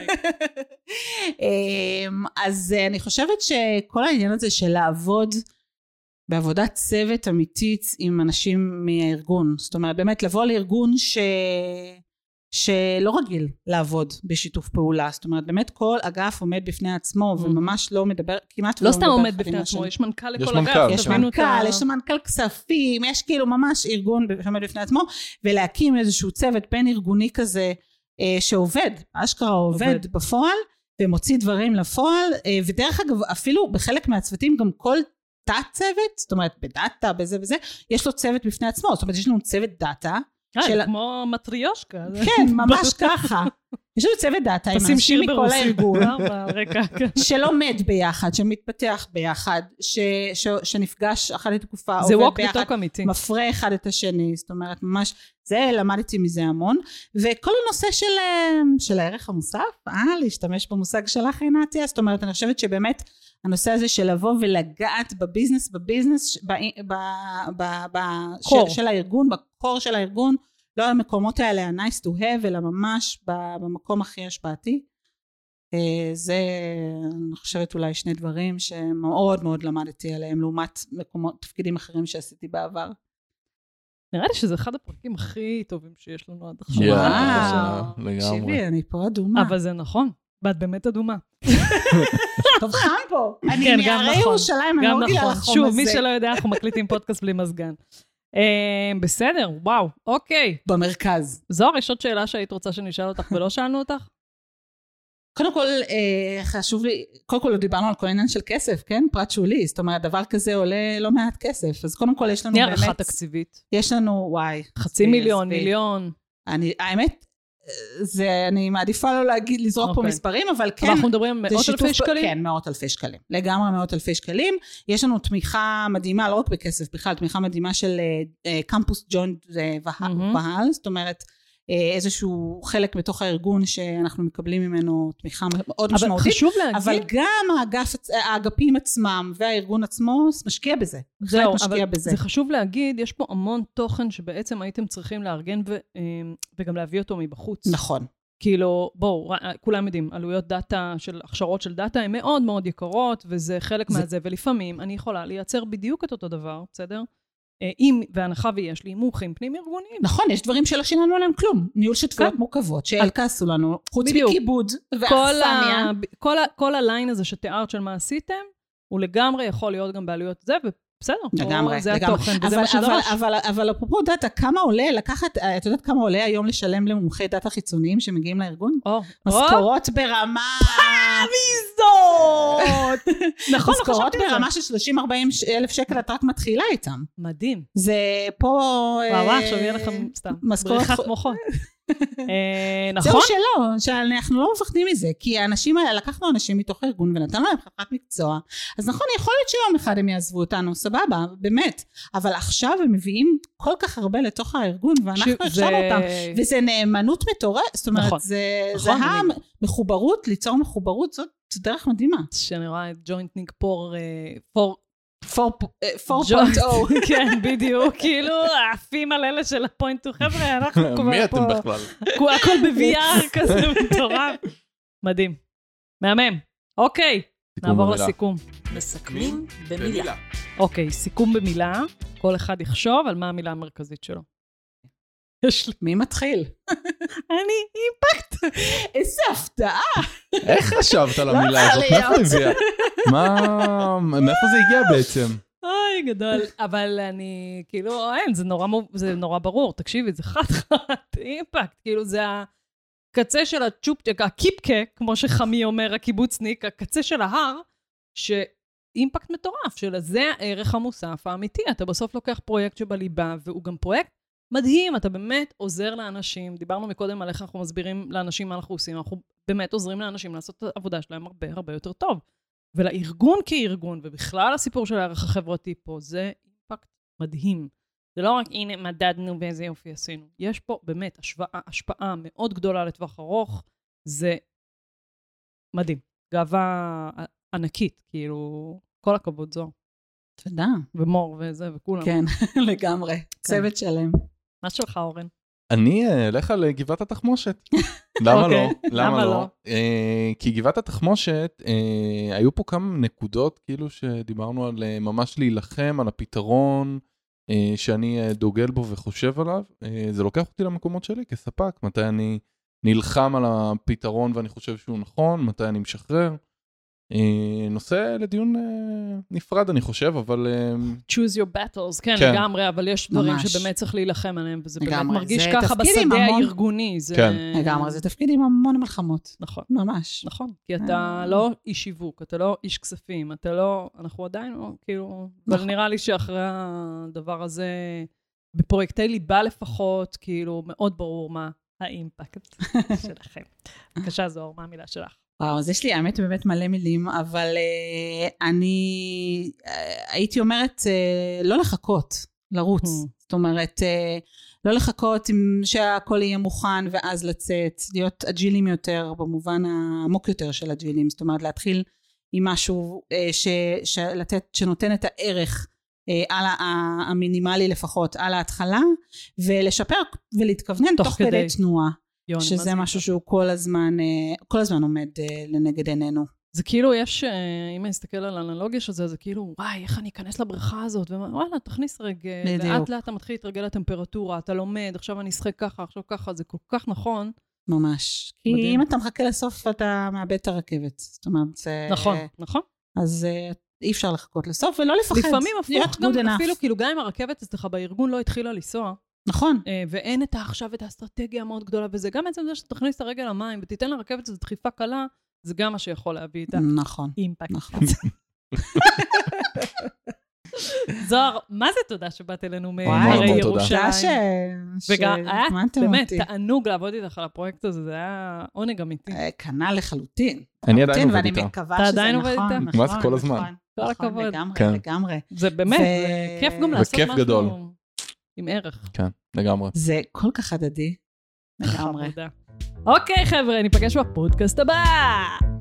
אז אני חושבת שכל העניין הזה של לעבוד בעבודת צוות אמיתית עם אנשים מהארגון, זאת אומרת באמת לבוא לארגון ש... שלא רגיל לעבוד בשיתוף פעולה, זאת אומרת באמת כל אגף עומד בפני עצמו וממש לא מדבר, כמעט לא סתם עומד בפני עצמו, יש מנכ"ל לכל אגף. יש מנכ"ל, יש מנכ"ל כספים, יש כאילו ממש ארגון שעומד בפני עצמו, ולהקים איזשהו צוות בין ארגוני כזה שעובד, אשכרה עובד בפועל, ומוציא דברים לפועל, ודרך אגב אפילו בחלק מהצוותים גם כל תת צוות, זאת אומרת בדאטה, בזה וזה, יש לו צוות בפני עצמו, זאת אומרת יש לנו צוות דאטה, כמו מטריושקה. כן, ממש ככה. יש לנו צוות דאטה עם אנשים מכל הארגון, שלומד ביחד, שמתפתח ביחד, שנפגש אחת לתקופה, זה ווק וטוק אמיתי. מפרה אחד את השני, זאת אומרת, ממש, זה למדתי מזה המון, וכל הנושא של הערך המוסף, אה, להשתמש במושג שלך, עינתיה, זאת אומרת, אני חושבת שבאמת, הנושא הזה של לבוא ולגעת בביזנס, בביזנס, של הארגון, בקור של הארגון, לא המקומות האלה, ה-nice to have, אלא ממש במקום הכי השפעתי. זה, אני חושבת אולי שני דברים שמאוד מאוד למדתי עליהם, לעומת מקומות, תפקידים אחרים שעשיתי בעבר. נראה לי שזה אחד הפרקים הכי טובים שיש לנו עד עכשיו. וואו, תקשיבי, אני פה אדומה. אבל זה נכון, ואת באמת אדומה. טוב, חם פה. אני מהרי ירושלים, אני לא רגילה לחום הזה. שוב, מי שלא יודע, אנחנו מקליטים פודקאסט בלי מזגן. בסדר, וואו, אוקיי. במרכז. זוהר, יש עוד שאלה שהיית רוצה שנשאל אותך ולא שאלנו אותך? קודם כל, חשוב לי, קודם כל דיברנו על כל עניין של כסף, כן? פרט שולי, זאת אומרת, דבר כזה עולה לא מעט כסף, אז קודם כל יש לנו באמת... הערכה תקציבית. יש לנו, וואי. חצי מיליון, מיליון. האמת, זה, אני מעדיפה לא להגיד, לזרוק פה מספרים, אבל כן... אנחנו מדברים מאות אלפי שקלים? כן, מאות אלפי שקלים. לגמרי מאות אלפי שקלים. יש לנו תמיכה מדהימה, לא רק בכסף, בכלל, תמיכה מדהימה של קמפוס ג'וינט והל, זאת אומרת, איזשהו חלק בתוך הארגון שאנחנו מקבלים ממנו תמיכה מאוד משמעותית. אבל חשוב להגיד... אבל גם האגף, האגפים עצמם והארגון עצמו משקיע בזה. זהו, אבל בזה. זה חשוב להגיד, יש פה המון תוכן שבעצם הייתם צריכים לארגן ו, וגם להביא אותו מבחוץ. נכון. כאילו, בואו, כולם יודעים, עלויות דאטה, של הכשרות של דאטה, הן מאוד מאוד יקרות, וזה חלק זה... מהזה, ולפעמים אני יכולה לייצר בדיוק את אותו דבר, בסדר? אם, והנחה ויש לי, מומחים פנים ארגוניים. נכון, יש דברים שלא שיננו עליהם כלום. ניהול שותפויות מורכבות, שהלכסו לנו, חוץ מכיבוד ואכסניה. כל הליין הזה שתיארת של מה עשיתם, הוא לגמרי יכול להיות גם בעלויות זה, ובסדר. לגמרי, זה התוכן, וזה מה שדרש. אבל אפרופו דאטה, כמה עולה לקחת, את יודעת כמה עולה היום לשלם למומחי דאטה חיצוניים שמגיעים לארגון? משכורות ברמה... ויזות! נכון, לא משכורות חשבתי על זה. ברמה של שלושים ארבעים אלף שקל, את רק מתחילה איתם. מדהים. זה פה... וואו, עכשיו יהיה לכם סתם. בריחת מוחות. נכון? זהו שלא, שאנחנו לא מפחדים מזה, כי האנשים האלה, לקחנו אנשים מתוך הארגון ונתנו להם חתיכת מקצוע, אז נכון, יכול להיות שיום אחד הם יעזבו אותנו, סבבה, באמת, אבל עכשיו הם מביאים כל כך הרבה לתוך הארגון, ואנחנו עכשיו אותם, וזה נאמנות מטורפת, זאת אומרת, זה המחוברות, ליצור מחוברות, זאת דרך מדהימה. שאני רואה את ג'וינטניק פור, פור, פור נקודה אפס. כן, בדיוק, כאילו, העפים על אלה של הפוינט טו, חבר'ה, אנחנו כבר פה. מי אתם בכלל? הכל ב-וי אר כזה מטורף. מדהים. מהמם. אוקיי, נעבור לסיכום. מסכמים במילה. אוקיי, סיכום במילה. כל אחד יחשוב על מה המילה המרכזית שלו. יש לי. מי מתחיל? אני אימפקט. איזה הפתעה. איך חשבת על המילה הזאת? מאיפה הביאה? מה, מאיפה זה הגיע בעצם? אוי, גדול. אבל אני, כאילו, אין, זה נורא, זה נורא ברור. תקשיבי, זה חד חד, אימפקט. כאילו, זה הקצה של הצ'ופצ'ק, הקיפקה, כמו שחמי אומר, הקיבוצניק, הקצה של ההר, שאימפקט מטורף, של זה הערך המוסף האמיתי. אתה בסוף לוקח פרויקט שבליבה, והוא גם פרויקט מדהים, אתה באמת עוזר לאנשים. דיברנו מקודם על איך אנחנו מסבירים לאנשים מה אנחנו עושים. אנחנו באמת עוזרים לאנשים לעשות את העבודה שלהם הרבה הרבה יותר טוב. ולארגון כארגון, ובכלל הסיפור של הערך החברתי פה, זה אימפקט מדהים. זה לא רק, הנה, מדדנו ואיזה יופי עשינו. יש פה באמת השפעה, השפעה מאוד גדולה לטווח ארוך. זה מדהים. גאווה ענקית, כאילו, כל הכבוד זו. תודה. ומור וזה וכולם. כן, לגמרי. צוות שלם. מה שלך, אורן? אני אלך על גבעת התחמושת. למה לא? למה לא? כי גבעת התחמושת, היו פה כמה נקודות, כאילו שדיברנו על ממש להילחם, על הפתרון שאני דוגל בו וחושב עליו. זה לוקח אותי למקומות שלי כספק, מתי אני נלחם על הפתרון ואני חושב שהוא נכון, מתי אני משחרר. נושא לדיון נפרד אני חושב, אבל choose your battles, כן, לגמרי, אבל יש דברים שבאמת צריך להילחם עליהם, וזה באמת מרגיש ככה בשדה הארגוני. לגמרי, זה תפקיד עם המון מלחמות. נכון. ממש. נכון, כי אתה לא איש שיווק, אתה לא איש כספים, אתה לא, אנחנו עדיין, כאילו, אבל נראה לי שאחרי הדבר הזה, בפרויקטי ליבה לפחות, כאילו, מאוד ברור מה האימפקט שלכם. בבקשה זוהר, מה המילה שלך? וואו, אז יש לי האמת באמת מלא מילים, אבל uh, אני uh, הייתי אומרת uh, לא לחכות, לרוץ. Hmm. זאת אומרת, uh, לא לחכות עם שהכל יהיה מוכן ואז לצאת, להיות אג'ילים יותר, במובן העמוק יותר של אג'ילים. זאת אומרת, להתחיל עם משהו uh, ש, שלתת, שנותן את הערך uh, על המינימלי לפחות, על ההתחלה, ולשפר ולהתכוונן תוך, תוך כדי, כדי תנועה. יון, שזה משהו שהוא כל הזמן, כל הזמן עומד לנגד עינינו. זה כאילו יש, אם אני אסתכל על האנלוגיה של זה, זה כאילו, וואי, איך אני אכנס לברכה הזאת? וואלה, תכניס רגע, לאט לאט אתה מתחיל להתרגל לטמפרטורה, אתה לומד, עכשיו אני אשחק ככה, עכשיו ככה, זה כל כך נכון. ממש. כי מדהים. אם אתה מחכה לסוף, אתה מאבד את הרכבת. זאת אומרת, זה... נכון, נכון. אז אי אפשר לחכות לסוף, ולא לפחד. לפעמים הפוך, גם, אפילו, כאילו, גם אם הרכבת אצלך בארגון לא התחילה לנסוע, נכון. ואין את עכשיו את האסטרטגיה המאוד גדולה, וזה גם בעצם זה שתכניס את הרגל למים, ותיתן לרכבת איזו דחיפה קלה, זה גם מה שיכול להביא את האימפקט. נכון. זוהר, מה זה תודה שבאת אלינו מהרי ירושלים? וגם, היה באמת תענוג לעבוד איתך על הפרויקט הזה, זה היה עונג אמיתי. כנ"ל לחלוטין. אני עדיין עובד איתה. ואני מקווה שזה נכון. מה זה כל הזמן? כל הכבוד. לגמרי. זה באמת, זה כיף גם לעשות משהו עם ערך. כן, לגמרי. זה כל כך הדדי. לגמרי. אוקיי חבר'ה, ניפגש בפודקאסט הבא.